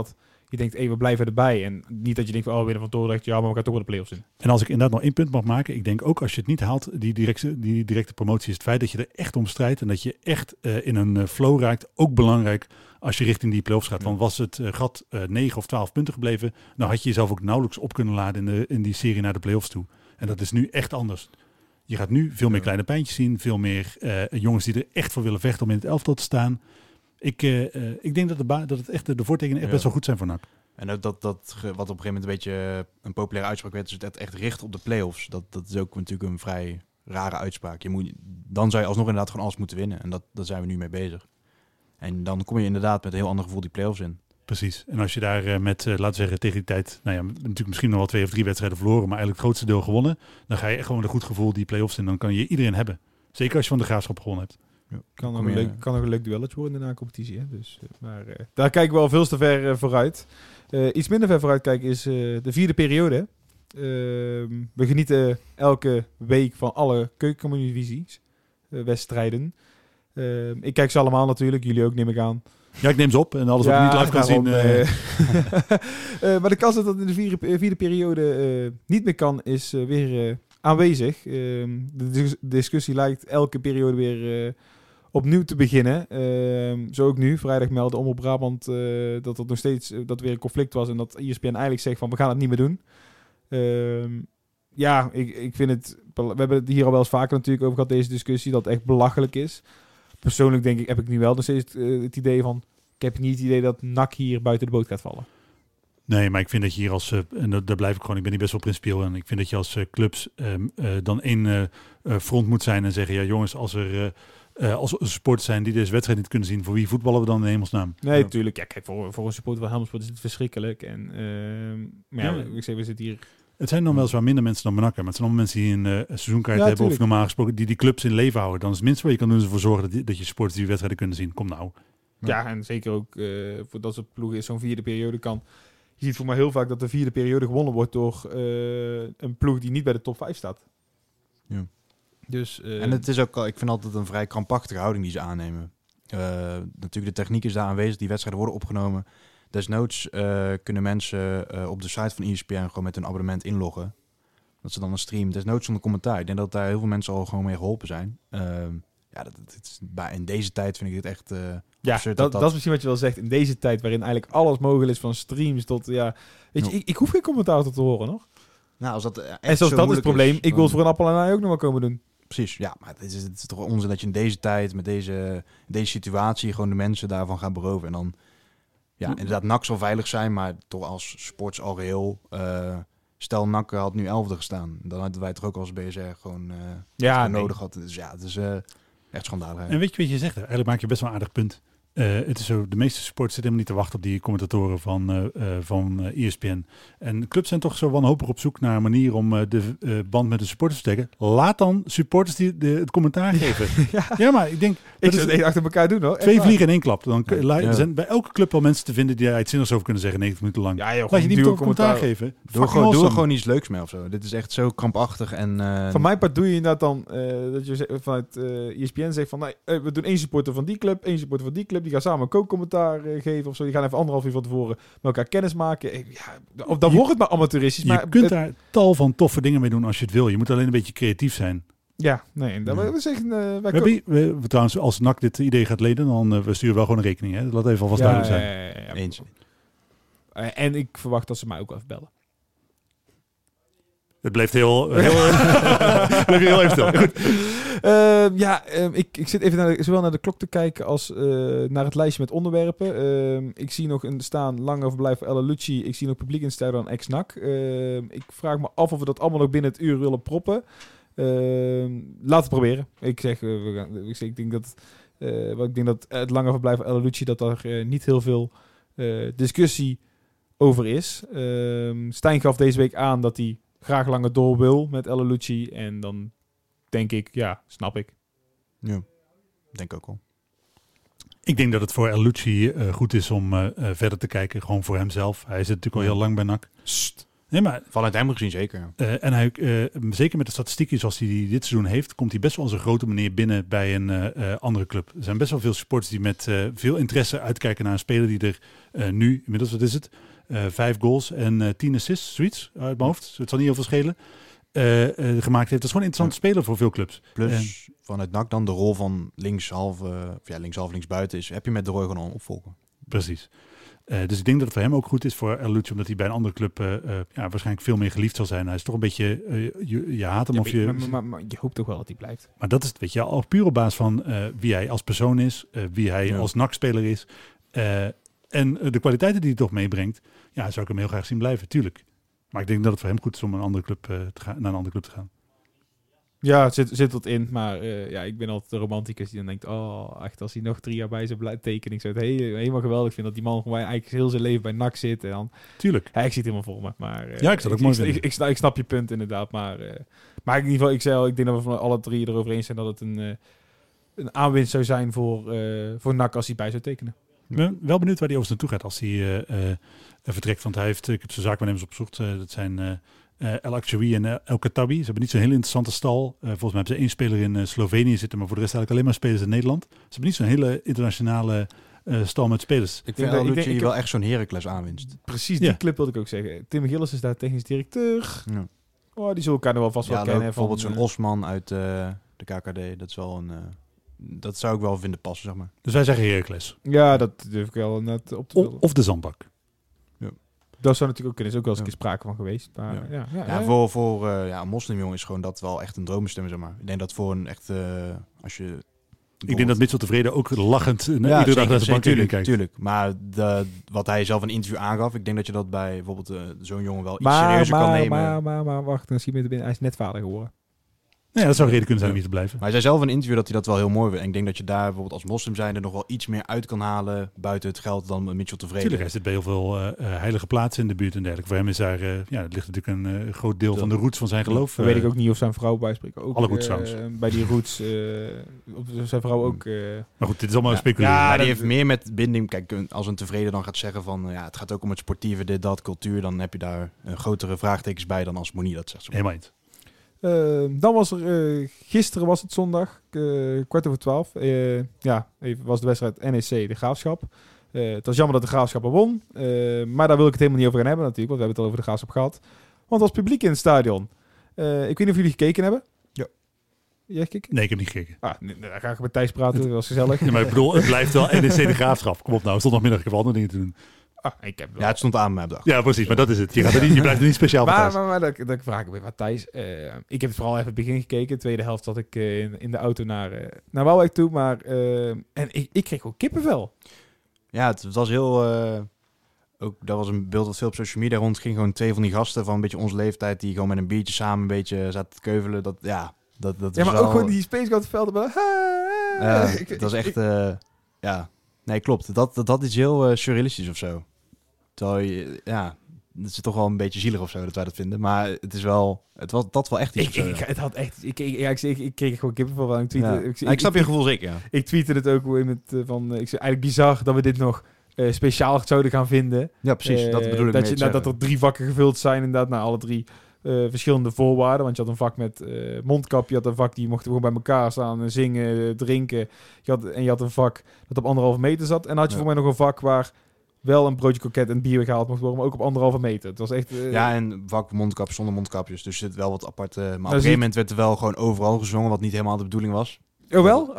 je denkt, we blijven erbij. En niet dat je denkt, we winnen van Dordrecht, ja, maar we gaan toch wel de play-offs in.
En als ik inderdaad nog 1 punt mag maken, ik denk ook als je het niet haalt, die directe promotie, is het feit dat je er echt om strijdt en dat je echt in een flow raakt, ook belangrijk als je richting die play-offs gaat. Want was het gat 9 of 12 punten gebleven, dan had je jezelf ook nauwelijks op kunnen laden in die serie naar de play-offs toe. En dat is nu echt anders. Je gaat nu veel meer kleine pijntjes zien, veel meer jongens die er echt voor willen vechten om in het elftal te staan. Ik denk dat het echt de voortekenen echt best wel goed zijn voor NAC.
En ook dat wat op een gegeven moment een beetje een populaire uitspraak werd, is het echt richt op de play-offs. Dat is ook natuurlijk een vrij rare uitspraak. Dan zou je alsnog inderdaad gewoon alles moeten winnen. En daar zijn we nu mee bezig. En dan kom je inderdaad met een heel ander gevoel die play-offs in.
Precies. En als je daar met, laten we zeggen, tegen die tijd, natuurlijk misschien nog wel 2 of 3 wedstrijden verloren, maar eigenlijk het grootste deel gewonnen, dan ga je echt gewoon een goed gevoel die play-offs in. Dan kan je iedereen hebben. Zeker als je van de Graafschap gewonnen hebt.
Ja, kan nog een leuk duelletje worden in de competitie. Hè? Dus, maar daar kijken we al veel te ver vooruit. Iets minder ver vooruit kijken is de 4e periode. We genieten elke week van alle keukenkampioen-divisies, wedstrijden. Ik kijk ze allemaal natuurlijk, jullie ook neem ik aan.
Ja, ik neem ze op en alles wat ik niet live kan zien.
Maar de kans dat dat in de 4e periode niet meer kan, is weer aanwezig. De discussie lijkt elke periode weer opnieuw te beginnen. Zo ook nu. Vrijdag meldde Omroep Brabant dat het nog steeds dat weer een conflict was en dat ESPN eigenlijk zegt van we gaan het niet meer doen. Ik vind het... We hebben het hier al wel eens vaker natuurlijk over gehad, deze discussie, dat het echt belachelijk is. Persoonlijk heb ik nu wel nog steeds het idee van... Ik heb niet het idee dat NAC hier buiten de boot gaat vallen.
Nee, maar ik vind dat je hier als... en daar blijf ik gewoon... Ik ben hier best wel principieel. En ik vind dat je als clubs dan één front moet zijn en zeggen... Ja jongens, als er supporters zijn die deze wedstrijd niet kunnen zien... Voor wie voetballen we dan in hemelsnaam?
Nee, natuurlijk. Ja, kijk, voor een supporter van Helmond Sport is het verschrikkelijk. En, ik zeg, we zitten hier...
Het zijn nog wel eens wat minder mensen dan NAC. Maar het zijn allemaal mensen die een seizoenkaart hebben...
Tuurlijk.
Of normaal gesproken die clubs in leven houden. Dan is het minste wat je kan doen... is ervoor zorgen dat je supporters die wedstrijden kunnen zien. Kom nou.
Ja, en zeker ook voor dat soort ploegen is zo'n 4e periode kan... Je ziet voor mij heel vaak dat de 4e periode gewonnen wordt door een ploeg die niet bij de top 5 staat.
Ja.
Dus,
en het is ook, ik vind altijd een vrij krampachtige houding die ze aannemen. Natuurlijk, de techniek is daar aanwezig, die wedstrijden worden opgenomen. Desnoods kunnen mensen op de site van ESPN gewoon met een abonnement inloggen. Dat ze dan een stream, desnoods zonder commentaar. Ik denk dat daar heel veel mensen al gewoon mee geholpen zijn. In deze tijd vind ik het echt...
dat is misschien wat je wel zegt. In deze tijd waarin eigenlijk alles mogelijk is, van streams tot... Ja, weet je, ik hoef geen commentaar te horen nog.
Nou, als dat
en zoals dat is het probleem. Ik wil het voor een appel en ei ook nog wel komen doen.
Precies, ja. Maar het is toch onzin dat je in deze tijd, met deze situatie, gewoon de mensen daarvan gaat beroven. En dan, inderdaad, NAC zal veilig zijn, maar toch als sports al geheel... Stel, NAC had nu 11e gestaan. Dan hadden wij toch ook als BSR gewoon nodig hadden. Dus ja, het is echt schandalig.
En weet je wat je zegt? Eigenlijk maak je best wel een aardig punt. Het is zo, de meeste sports zitten helemaal niet te wachten op die commentatoren van ESPN. En clubs zijn toch zo wanhopig op zoek naar een manier om de band met de supporters te steken. Laat dan supporters die het commentaar geven. Ja, maar ik denk...
Ik zou het één achter elkaar doen, hoor.
2 vliegen in 1 klap. Dan zijn bij elke club wel mensen te vinden die daar iets zinnigs over kunnen zeggen 90 minuten lang.
Ja, joh,
laat je niet toch commentaar geven.
Doe er gewoon iets leuks mee of zo. Dit is echt zo krampachtig. En,
van mijn part doe je inderdaad dan dat je vanuit ESPN zegt van... we doen 1 supporter van die club, 1 supporter van die club. Die gaan samen een kookcommentaar geven of zo. Die gaan even 1,5 uur van tevoren met elkaar kennis maken. Dan wordt het maar amateuristisch.
Je kunt daar tal van toffe dingen mee doen als je het wil. Je moet alleen een beetje creatief zijn.
Ja, nee. We zeggen...
we trouwens, als NAC dit idee gaat lenen, dan we sturen wel gewoon een rekening. Hè? Laat even alvast duidelijk zijn.
Ja.
Eens.
En ik verwacht dat ze mij ook even bellen.
Het bleef heel even stil. Goed.
Ik zit even zowel naar de klok te kijken als naar het lijstje met onderwerpen. Ik zie nog een staan langer verblijf voor El Lucci. Ik zie nog publiek instellen aan ex-NAC. Ik vraag me af of we dat allemaal nog binnen het uur willen proppen. Laten we proberen. Ik denk dat het langer verblijf voor El Lucci dat er niet heel veel discussie over is. Stijn gaf deze week aan dat hij graag langer door wil met El Lucci. En dan denk ik, snap ik.
Ja, denk ook wel.
Ik denk dat het voor El Lucci goed is om verder te kijken. Gewoon voor hemzelf. Hij zit natuurlijk al heel lang bij NAC. Nee, maar
vanuit hem gezien zeker.
En hij, zeker met de statistieken zoals hij dit seizoen heeft, komt hij best wel als een grote meneer binnen bij een andere club. Er zijn best wel veel supporters die met veel interesse uitkijken naar een speler die er nu, inmiddels wat is het, 5 goals en 10 assists, zoiets uit mijn hoofd. Het zal niet heel veel schelen. Gemaakt heeft. Dat is gewoon een interessante speler voor veel clubs.
Plus vanuit NAC dan de rol van linkshalf, linksbuiten is. Heb je met de Roy gewoon al een opvolger.
Precies. Dus ik denk dat het voor hem ook goed is voor El Lucci, omdat hij bij een andere club waarschijnlijk veel meer geliefd zal zijn. Hij is toch een beetje, je haat hem
Maar je hoopt toch wel dat hij blijft.
Maar dat is het, weet je, al puur op basis van wie hij als persoon is, wie hij als NAC-speler is en de kwaliteiten die hij toch meebrengt. Ja, zou ik hem heel graag zien blijven, tuurlijk. Maar ik denk dat het voor hem goed is om naar een andere club te gaan.
Ja, het zit wat in. Maar ik ben altijd de romanticus die dan denkt... echt als hij nog 3 jaar bij zou blijven tekenen. Ik zou het helemaal geweldig vinden dat die man gewoon eigenlijk heel zijn leven bij NAC zit. En dan,
tuurlijk.
Ja, ik zie het helemaal voor me. Maar,
ik zou het ook mooi vinden.
Ik snap je punt inderdaad. Maar in ieder geval, ik denk dat we van alle 3 erover eens zijn dat het een aanwinst zou zijn voor NAC als hij bij zou tekenen.
Ik ben wel benieuwd waar hij overigens naartoe gaat als hij vertrekt. Want ik heb zijn zaakwaarnemers opgezocht. Dat zijn El Akshoui en El Khattabi. Ze hebben niet zo'n heel interessante stal. Volgens mij hebben ze 1 speler in Slovenië zitten, maar voor de rest eigenlijk alleen maar spelers in Nederland. Ze hebben niet zo'n hele internationale stal met spelers.
Ik vind El Lucci wel echt zo'n Heracles aanwinst.
Precies, die clip wilde ik ook zeggen. Tim Gillis is daar technisch directeur. Ja. Oh, die zullen elkaar nog wel vast wel kennen.
Bijvoorbeeld zo'n Osman uit de KKD. Dat is wel dat zou ik wel vinden passen, zeg maar.
Dus wij zeggen Heracles.
Ja, dat durf ik wel net op te vullen.
Of de Zandbak.
Ja. Dat zou natuurlijk ook kunnen. Er is ook wel eens een keer sprake van geweest. Maar,
voor een moslimjongen is gewoon dat wel echt een droombestemming, zeg maar. Ik denk dat voor een echt... als je...
Ik denk dat Mitchell Tevreden ook lachend iedere dag naar de bank kijkt.
Tuurlijk. Maar wat hij zelf in een interview aangaf, ik denk dat je dat bij bijvoorbeeld zo'n jongen wel iets serieuzer kan nemen.
Maar wacht, dan zie je hij is net vader geworden.
Ja, dat zou een reden kunnen zijn om hier te blijven.
Maar hij zei zelf in een interview dat hij dat wel heel mooi vindt. En ik denk dat je daar bijvoorbeeld als moslim zijnde nog wel iets meer uit kan halen buiten het geld dan Mitchell Tevreden.
Tuurlijk, hij zit bij heel veel heilige plaatsen in de buurt en dergelijke. Voor hem is daar, het ligt natuurlijk een groot deel van de roots van zijn geloof.
Dan weet ik ook niet of zijn vrouw bijspreekt. Ook,
alle roots trouwens.
Bij die roots, zijn vrouw ook...
Maar goed, dit is allemaal een speculeren.
Ja, die heeft meer met binding. Kijk, als een Tevreden dan gaat zeggen van... het gaat ook om het sportieve, dit, dat, cultuur. Dan heb je daar grotere vraagtekens bij dan als Monier dat zegt.
Helemaal niet.
Dan was er, gisteren was het zondag, 11:15. Was de wedstrijd NEC de Graafschap. Het was jammer dat de Graafschap er won. Maar daar wil ik het helemaal niet over gaan hebben natuurlijk, want we hebben het al over de Graafschap gehad. Want er was publiek in het stadion. Ik weet niet of jullie gekeken hebben.
Ja.
Jij gekeken?
Nee, ik heb niet gekeken.
Dan ga ik met Thijs praten, dat was gezellig.
Ja, maar ik bedoel, het blijft wel NEC de Graafschap. Kom op nou, zondagmiddag, ik heb andere dingen te doen.
Het stond aan mijn dag.
Ja, precies, maar dat is het. Je blijft er niet speciaal bij thuis.
Maar dan vraag ik weer wat Thijs. Ik heb het vooral even het begin gekeken. De tweede helft zat ik in de auto naar Waalwijk toe. Maar en ik kreeg ook kippenvel.
Ja, het was heel... ook dat was een beeld dat veel op social media rondging. Gewoon 2 van die gasten van een beetje onze leeftijd... die gewoon met een biertje samen een beetje zaten te keuvelen. Dat
maar
wel...
ook gewoon die Spacegoat-velden.
Het was echt... Nee, klopt. Dat is heel surrealistisch of zo. Terwijl het is toch wel een beetje zielig of zo dat wij dat vinden. Maar het is wel... Dat wel echt iets.
Ik kreeg gewoon kippenvel van.
Ik snap je gevoel zeker, ja.
Ik tweette het ook met van... Ik zei eigenlijk bizar dat we dit nog speciaal zouden gaan vinden.
Ja, precies. Dat bedoel ik
dat er 3 vakken gevuld zijn inderdaad. Nou, alle 3 verschillende voorwaarden. Want je had een vak met mondkap. Je had een vak die mochten gewoon bij elkaar staan. Zingen, drinken. Je had een vak dat op 1,5 meter zat. En dan had je voor mij nog een vak waar... wel een broodje kroket en bier gehaald mocht worden, maar ook op 1,5 meter. Het was echt...
en vak mondkap zonder mondkapjes. Dus er zit wel wat apart. Maar op een gegeven moment werd er wel gewoon overal gezongen, wat niet helemaal de bedoeling was.
Oh wel?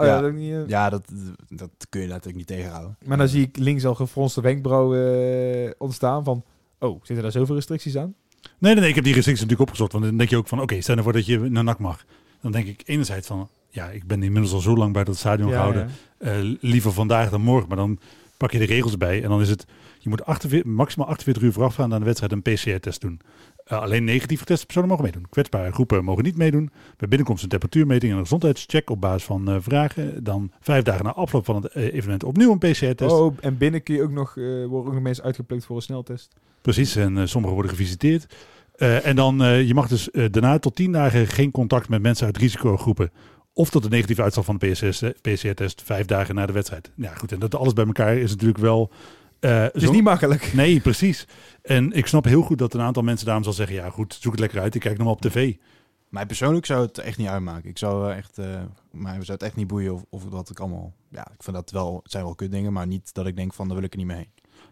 Dat kun je natuurlijk niet tegenhouden.
Maar dan zie ik links al gefronste wenkbrauwen ontstaan van... Oh, zitten daar zoveel restricties aan?
Nee, ik heb die restricties natuurlijk opgezocht. Want dan denk je ook van, oké, stel nou voor dat je naar NAC mag. Dan denk ik enerzijds van, ik ben inmiddels al zo lang bij dat stadion gehouden. Ja. Liever vandaag dan morgen, maar dan pak je de regels bij en dan is het... Je moet maximaal 48 uur voorafgaand aan de wedstrijd een PCR-test doen. Alleen negatief geteste personen mogen meedoen. Kwetsbare groepen mogen niet meedoen. Bij binnenkomst een temperatuurmeting en een gezondheidscheck op basis van vragen. Dan 5 dagen na afloop van het evenement opnieuw een PCR-test.
Oh, en binnen kun je ook nog, worden ook nog mensen uitgeplukt voor een sneltest.
Precies, en sommigen worden gevisiteerd. En dan, je mag dus daarna tot 10 dagen geen contact met mensen uit risicogroepen. Of tot de negatieve uitslag van de PCR-test 5 dagen na de wedstrijd. Ja, goed, en dat alles bij elkaar is natuurlijk wel...
het is niet makkelijk.
Nee, precies. En ik snap heel goed dat een aantal mensen daarom zal zeggen... ja goed, zoek het lekker uit, ik kijk nog maar op tv.
Mij persoonlijk zou het echt niet uitmaken. Ik zou mij zou het echt niet boeien of wat ik allemaal... Ja, ik vind dat wel, het zijn wel kut dingen, maar niet dat ik denk van, daar wil ik er niet mee heen.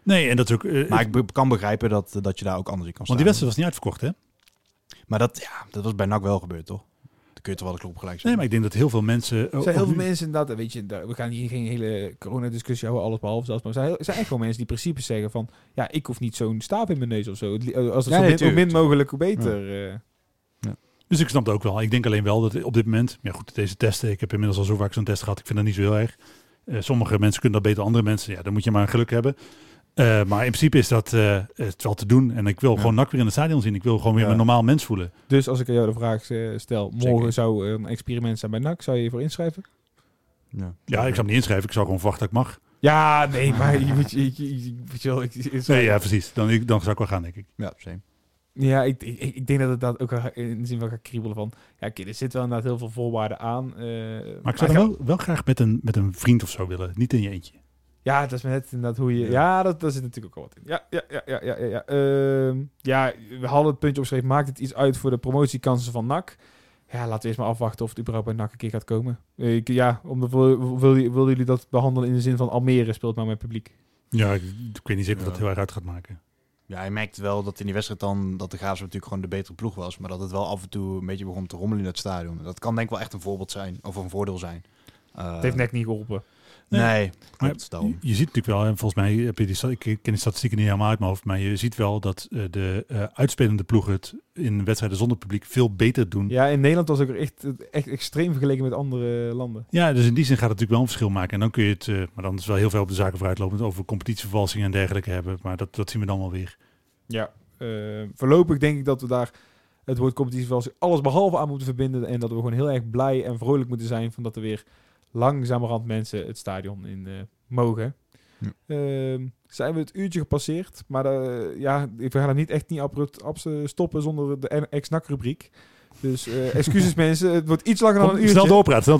Nee, en dat is ook...
Maar ik kan begrijpen dat je daar ook anders in kan staan.
want die wedstrijd was niet uitverkocht, hè?
Maar dat was bij NAC wel gebeurd, toch? Dan kun je toch wel de klok gelijk zetten.
Nee, maar ik denk dat heel veel mensen...
Er zijn heel veel mensen inderdaad, weet je, we gaan hier geen hele coronadiscussie houden, alles behalve zelfs, maar er zijn echt wel mensen die principes zeggen van, ja, ik hoef niet zo'n staaf in mijn neus of zo. Als het zo min mogelijk, hoe beter.
Dus ik snap het ook wel. Ik denk alleen wel dat op dit moment... Ja goed, deze testen, ik heb inmiddels al zo vaak zo'n test gehad, ik vind dat niet zo heel erg. Sommige mensen kunnen dat beter, andere mensen, ja, dan moet je maar geluk hebben. Maar in principe is dat het wel te doen. En ik wil gewoon NAC weer in het stadion zien. Ik wil gewoon weer een normaal mens voelen.
Dus als ik aan jou de vraag stel, morgen zou een experiment zijn bij NAC, zou je je voor inschrijven?
Ja, ik zou me niet inschrijven. Ik zou gewoon verwachten dat ik mag.
Ja, nee, maar je moet
Nee, ja, precies. Dan zou ik wel gaan, denk ik.
Ja, same.
Ja, ik denk dat het dat ook in de zin van gaat kriebelen van... Ja, er zit wel inderdaad heel veel voorwaarden aan.
Maar ik zou dan wel graag met een vriend of zo willen. Niet in je eentje.
Ja, dat is net inderdaad hoe je... Ja, daar zit natuurlijk ook al wat in. Ja, we hadden het puntje opgeschreven. Maakt het iets uit voor de promotiekansen van NAC? Ja, laten we eerst maar afwachten of het überhaupt bij NAC een keer gaat komen. Wilden jullie dat behandelen in de zin van Almere speelt nou met publiek?
Ja, ik weet niet zeker of dat heel erg uit gaat maken.
Ja, je merkt wel dat in die wedstrijd dan... dat de Graafschap natuurlijk gewoon de betere ploeg was... maar dat het wel af en toe een beetje begon te rommelen in het stadion. Dat kan denk ik wel echt een voorbeeld zijn. Of een voordeel zijn.
Het heeft net niet geholpen.
Nee, klopt.
Je ziet natuurlijk wel, en volgens mij heb je ik ken die statistieken niet helemaal uit mijn hoofd, maar je ziet wel dat de uitspelende ploegen het in wedstrijden zonder publiek veel beter doen.
Ja, in Nederland was ook echt extreem vergeleken met andere landen.
Ja, dus in die zin gaat het natuurlijk wel een verschil maken. En dan kun je het, maar dan is wel heel veel op de zaken vooruitlopend over competitievervalsingen en dergelijke hebben. Maar dat zien we dan wel weer.
Ja, voorlopig denk ik dat we daar het woord competitievervalsing alles behalve aan moeten verbinden. En dat we gewoon heel erg blij en vrolijk moeten zijn van dat er weer langzamerhand mensen het stadion in mogen. Ja. Zijn we het uurtje gepasseerd. Maar we gaan er niet abrupt stoppen zonder de ex-NAC-rubriek. Dus excuses mensen, het wordt iets langer dan een uurtje.
Snel doorpraten.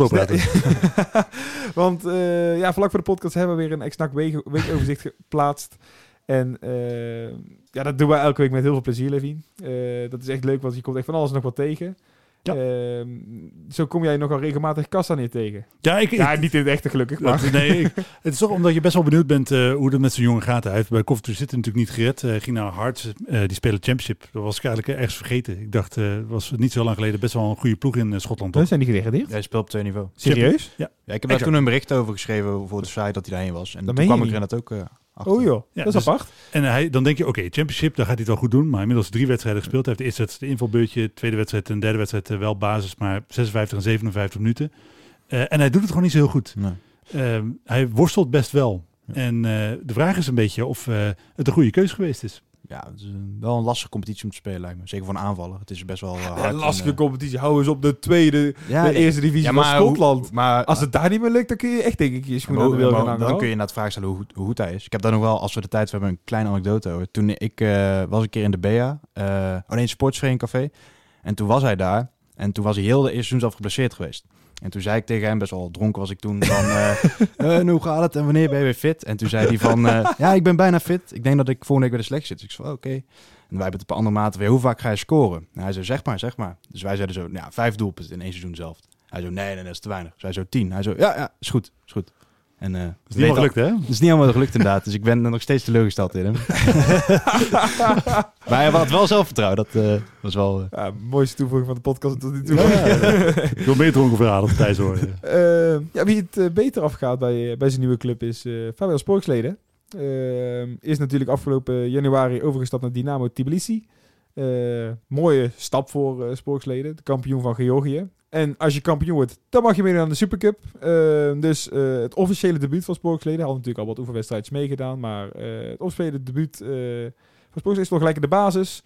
Want vlak voor de podcast hebben we weer een ex-NAC weekoverzicht geplaatst. En dat doen we elke week met heel veel plezier, Levien. Dat is echt leuk, want je komt echt van alles nog wat tegen. Ja. Zo kom jij nogal regelmatig Castaneer tegen.
Ja,
niet in het echte gelukkig. Maar.
Nee, het is toch omdat je best wel benieuwd bent hoe het met zo'n jongen gaat. Hij heeft bij Coventry City natuurlijk niet gered. Ging naar Hearts, die spelen Championship. Dat was ik eigenlijk ergens vergeten. Ik dacht, was niet zo lang geleden best wel een goede ploeg in Schotland.
Toch? Zijn die gedegradeerd?
Hij speelt op 2 niveau.
Serieus?
Ja, ik heb daar toen een bericht over geschreven voor de site dat hij daarheen was. En toen kwam ik er net ook achter.
Oh joh, dat is apart.
En dan denk je, oké, Championship, daar gaat hij het wel goed doen. Maar inmiddels 3 wedstrijden gespeeld. Hij heeft de eerste wedstrijd invalbeurtje, tweede wedstrijd en derde wedstrijd wel basis, maar 56 en 57 minuten. En hij doet het gewoon niet zo heel goed. Nee. Hij worstelt best wel. Ja. En de vraag is een beetje of het een goede keuze geweest is.
Ja, het is wel een lastige competitie om te spelen, lijkt me. Zeker voor een aanvaller. Het is best wel hard.
Een lastige competitie. Hou eens op de tweede, de eerste divisie van Schotland. Maar als het daar niet meer lukt, dan kun je echt denk ik je schoenen aan de wil gaan hangen.
Dan kun je inderdaad vragen stellen hoe goed hij is. Ik heb daar nog wel, als we de tijd hebben, een kleine anekdote over. Toen ik was een keer in de BA, een sportsvereniging café. En toen was hij daar. En toen was hij heel de eerste seizoen zelf geblesseerd geweest. En toen zei ik tegen hem, best wel dronken was ik toen, van hoe gaat het en wanneer ben je weer fit? En toen zei hij van, ja, ik ben bijna fit. Ik denk dat ik volgende week weer de selectie zit. Dus ik zei, oké. En wij hebben het op een andere mate weer, hoe vaak ga je scoren? En hij zei, zeg maar. Dus wij zeiden zo, 5 doelpunten in 1 seizoen zelf. Hij zo, nee, dat is te weinig. Dus hij zo 10. Hij zo, ja, is goed. En,
dat is niet helemaal gelukt, hè?
Dat is niet helemaal gelukt, inderdaad. Dus ik ben er nog steeds teleurgesteld in hem. Maar hij had wel zelfvertrouwen. Dat was wel...
mooiste toevoeging van de podcast tot nu toe.
Ik wil meer dronken verhalen op Thijs horen.
Wie het beter afgaat bij zijn nieuwe club is Fabian Sporksleden. Is natuurlijk afgelopen januari overgestapt naar Dynamo Tbilisi. Mooie stap voor Sporksleden. De kampioen van Georgië. En als je kampioen wordt, dan mag je meedoen aan de Supercup. Dus het officiële debuut van Sporksleden. Hij had natuurlijk al wat oefenwedstrijdjes meegedaan. Maar het officiële debuut van Sporksleden is nog gelijk in de basis.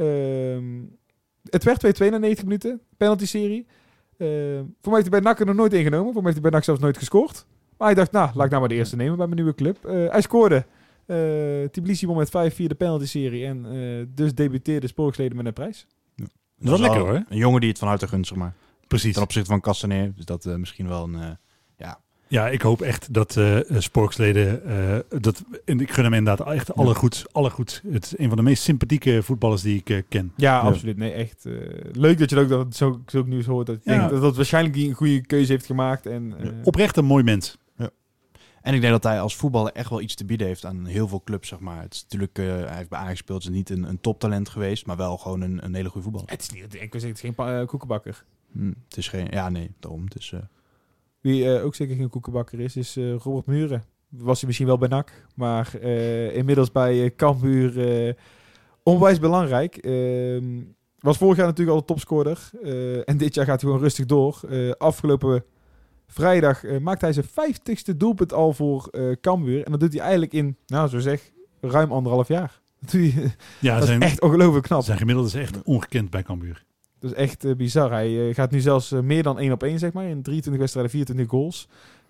Het werd 2-2 na 90 minuten. Penalty-serie. Voor mij heeft hij bij NAC er nog nooit ingenomen. Voor mij heeft hij bij NAC zelfs nooit gescoord. Maar hij dacht, laat ik nou maar de eerste nemen bij mijn nieuwe club. Hij scoorde. Tbilisi won met 5-4 de penalty-serie. En dus debuteerde Sporksleden met een prijs.
Ja. Dat was lekker hoor.
Een jongen die het van harte gunt, zeg maar.
Precies.
Ten opzichte van Castaneer. Dus dat misschien wel een...
Ja, ik hoop echt dat Sporksleden... en ik gun hem inderdaad echt allergoeds. Het is een van de meest sympathieke voetballers die ik ken.
Ja, absoluut. Nee, echt. Leuk dat je ook dat zo nieuws hoort. Dat ik denk dat waarschijnlijk die een goede keuze heeft gemaakt. En,
oprecht een mooi mens.
Ja. En ik denk dat hij als voetballer echt wel iets te bieden heeft aan heel veel clubs, zeg maar. Het is natuurlijk, hij heeft bij Ajax gespeeld, is niet een toptalent geweest, maar wel gewoon een hele goede voetballer.
Het is niet, ik wil zeggen, het is geen koekenbakker.
Het is geen, ja nee, daarom. Het is,
Wie ook zeker geen koekenbakker is Robert Muren. Was hij misschien wel bij NAC, maar inmiddels bij Cambuur onwijs belangrijk. Was vorig jaar natuurlijk al de topscorer. En dit jaar gaat hij gewoon rustig door. Afgelopen vrijdag maakt hij zijn 50ste doelpunt al voor Cambuur. En dat doet hij eigenlijk in, nou zo zeg, ruim 1,5 jaar. Dat is echt ongelooflijk knap.
Zijn gemiddelde is echt ongekend bij Cambuur.
Dat is echt bizar. Hij gaat nu zelfs meer dan 1 op 1, zeg maar. In 23 wedstrijden, 24 goals.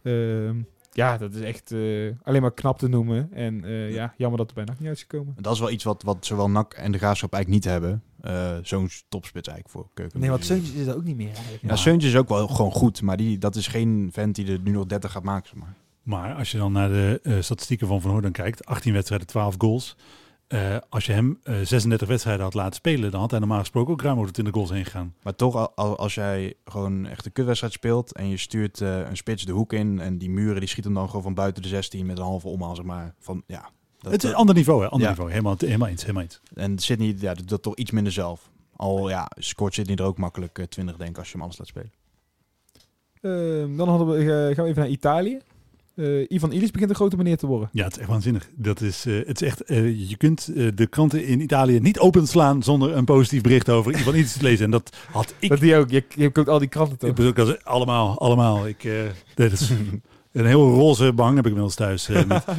Ja, dat is echt alleen maar knap te noemen. En jammer dat er bij NAC niet uit is gekomen.
dat is wel iets wat zowel NAC en de Graafschap eigenlijk niet hebben. Zo'n topspits eigenlijk voor Keuken.
Nee, want Seuntjes is dat ook niet meer eigenlijk.
Ja, Seuntjes is ook wel gewoon goed, maar dat is geen vent die er nu nog 30 gaat maken. Zeg maar.
Maar als je dan naar de statistieken van Van Hooijdonk kijkt, 18 wedstrijden, 12 goals. Als je hem 36 wedstrijden had laten spelen, dan had hij normaal gesproken ook ruim over de 20 goals heen gegaan.
Maar toch, als jij gewoon echt een kutwedstrijd speelt en je stuurt een spits de hoek in en die muren die schieten dan gewoon van buiten de 16 met een halve omhaal, zeg maar.
Het is een ander niveau, hè? Niveau. Helemaal eens.
En Sydney doet dat toch iets minder zelf. Al scoort Sydney er ook makkelijk 20, denk ik, als je hem alles laat spelen.
Dan gaan we even naar Italië. Ivan Illich begint een grote meneer te worden.
Ja, het is echt waanzinnig. Het is echt, je kunt de kranten in Italië niet openslaan zonder een positief bericht over Ivan Illich te lezen. En dat had ik.
Dat die ook. Je koopt al die kranten toch?
Ik bedoel, allemaal. Dit is een heel roze behang heb ik inmiddels thuis.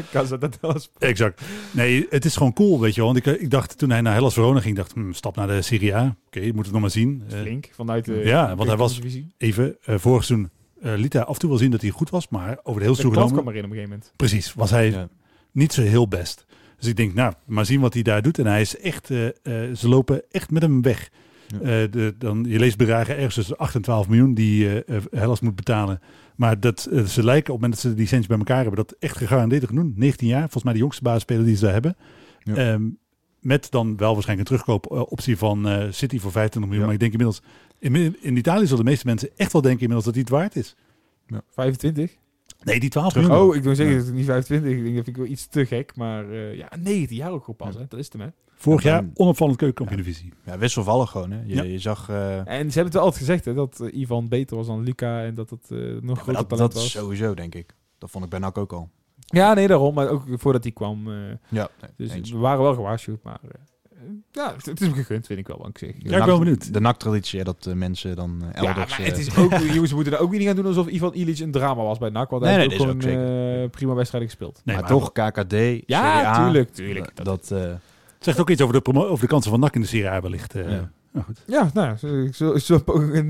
Exact. Nee, het is gewoon cool, weet je wel. Want ik dacht toen hij naar Hellas Verona ging, stap naar de Serie A. Oké, moet het nog maar zien.
Flink, vanuit de
want hij was even vorig seizoen. Liet hij af en toe wel zien dat hij goed was, maar over de heel seizoen
genomen... kwam erin op een gegeven moment.
Precies, was hij niet zo heel best. Dus ik denk, maar zien wat hij daar doet. En hij is echt, ze lopen echt met hem weg. Ja. Je leest bedragen ergens tussen 8 en 12 miljoen die Hellas moet betalen. Maar ze lijken op het moment dat ze die centjes bij elkaar hebben, dat echt gegarandeerd te doen. 19 jaar, volgens mij de jongste basisspeler die ze daar hebben. Ja. Met dan wel waarschijnlijk een terugkoopoptie van City voor 25 miljoen. Ja. Maar ik denk inmiddels... In Italië zullen de meeste mensen echt wel denken inmiddels dat hij het waard is.
Ja. 25?
Nee, die 12 miljoen.
Oh, ik wil zeggen dat het niet 25. Ik denk dat vind ik wel iets te gek. Maar 19 jaar ook goed pas. Hè? Dat is hem, hè?
Vorig jaar onopvallend keukenkampioen-divisie.
Ja, wisselvallig gewoon. Hè? Je zag...
En ze hebben het wel altijd gezegd, hè, dat Ivan beter was dan Luca. En dat het nog groter talent was.
Dat sowieso, denk ik. Dat vond ik bij NAC ook al.
Ja, nee, daarom. Maar ook voordat hij kwam.
Dus
we waren wel gewaarschuwd, maar... het is hem gegund, vind ik wel. Ik zeg.
Ja, ik ben wel benieuwd.
De NAC-traditie, dat mensen dan elders...
maar het is ook... Jongens, moeten er ook niet gaan doen alsof Ivan Illich een drama was bij NAC. Want hij heeft ook gewoon prima wedstrijden gespeeld.
Nee, maar toch KKD,
ja,
Serie A,
tuurlijk.
Dat
zegt ook iets over de kansen van NAC in de Serie A wellicht. Nou goed.
Ja, zo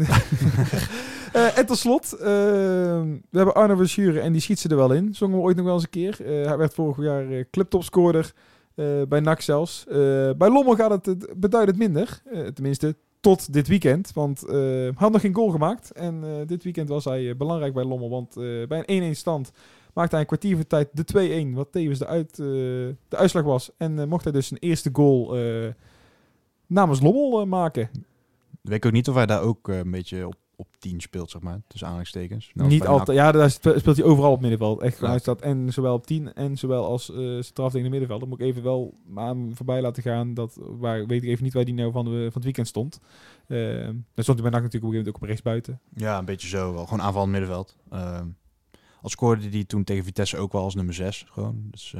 en tot slot, we hebben Arno Verschuren en die schiet ze er wel in. Zongen we ooit nog wel eens een keer. Hij werd vorig jaar clubtopscorer. Bij NAC zelfs. Bij Lommel gaat het beduidend minder. Tenminste, tot dit weekend. Want hij had nog geen goal gemaakt. En dit weekend was hij belangrijk bij Lommel. Want bij een 1-1 stand maakte hij een kwartier voor tijd de 2-1. Wat tevens de uitslag was. En mocht hij dus zijn eerste goal namens Lommel maken.
Weet ik ook niet of hij daar ook een beetje op 10 speelt, zeg maar. Tussen aanhalingstekens.
Niet altijd. Ja, daar speelt hij overal op middenveld. Echt, hij staat en zowel op 10 en zowel als centraal tegen de middenveld. Dan moet ik even wel aan voorbij laten gaan. Weet ik even niet waar die nou van het weekend stond. Dan stond hij bij NAC natuurlijk ook op rechtsbuiten.
Ja, een beetje zo. Wel. Gewoon aanvallend middenveld. Al scoorde hij toen tegen Vitesse ook wel als nummer 6. Gewoon. Dus...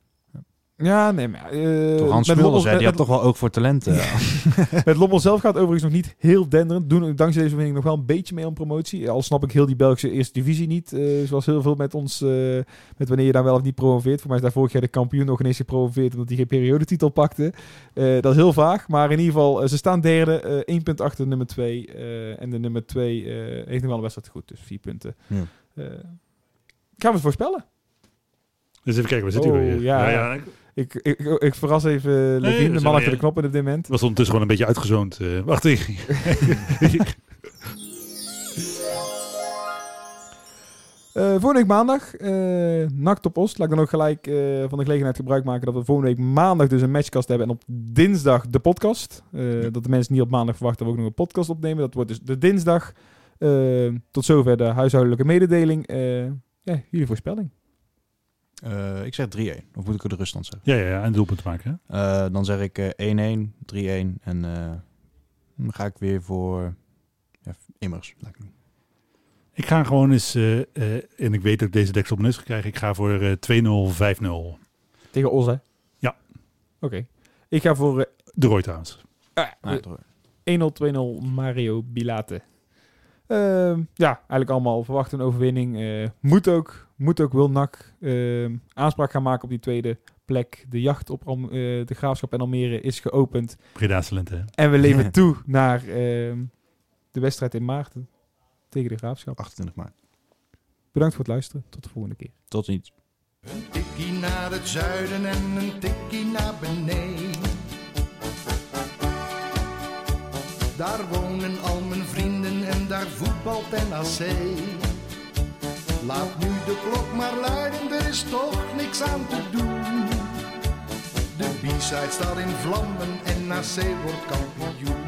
Ja, nee, maar...
Toch Hans Smulders, die had toch wel ook voor talenten.
Met Lommel zelf gaat overigens nog niet heel denderend. Doen dankzij deze winning nog wel een beetje mee aan promotie. Al snap ik heel die Belgische eerste divisie niet. Zoals heel veel met ons... met wanneer je daar wel of niet promoveert. Voor mij is daar vorig jaar de kampioen nog ineens gepromoveerd omdat hij geen periodetitel pakte. Dat is heel vaag. Maar in ieder geval, ze staan derde. 1 punt achter de nummer 2. En de nummer 2 heeft nog wel een wedstrijd goed. Dus 4 punten. Ja. Gaan we het voorspellen?
Dus even kijken, waar zit hij weer?
Ja. Ik verras even Levine, de man achter de knop op dit moment.
Was ondertussen gewoon een beetje uitgezoond. Wacht even.
Volgende week maandag, NAC Top Oost. Laat ik dan ook gelijk van de gelegenheid gebruik maken dat we volgende week maandag dus een matchcast hebben. En op dinsdag de podcast. Dat de mensen niet op maandag verwachten dat we ook nog een podcast opnemen. Dat wordt dus de dinsdag. Tot zover de huishoudelijke mededeling. Jullie voorspelling.
Ik zeg 3-1. Of moet ik er de ruststand zeggen?
Ja, en doelpunt maken. Hè?
Dan zeg ik 1-1, 3-1 en dan ga ik weer voor Immers.
Ik ga gewoon eens, en ik weet dat ik deze deksel op mijn neus ga krijgen, ik ga voor 2-0, 5-0.
Tegen Os, hè?
Ja.
Oké. Ik ga voor
De Roy trouwens.
1-0, 2-0 Mario Bilate. Eigenlijk allemaal verwacht een overwinning. Moet ook wil NAC aanspraak gaan maken op die tweede plek. De jacht op de Graafschap en Almere is geopend.
Breda's lente. Hè?
En we leven toe naar de wedstrijd in maart tegen de Graafschap.
28 maart.
Bedankt voor het luisteren. Tot de volgende keer.
Tot ziens.
Een tikkie naar het zuiden en een tikkie naar beneden. Daar wonen al mijn vrienden en daar voetbalt NAC. Laat nu de klok maar luiden, er is toch niks aan te doen. De B-side staat in vlammen en NAC wordt kampioen.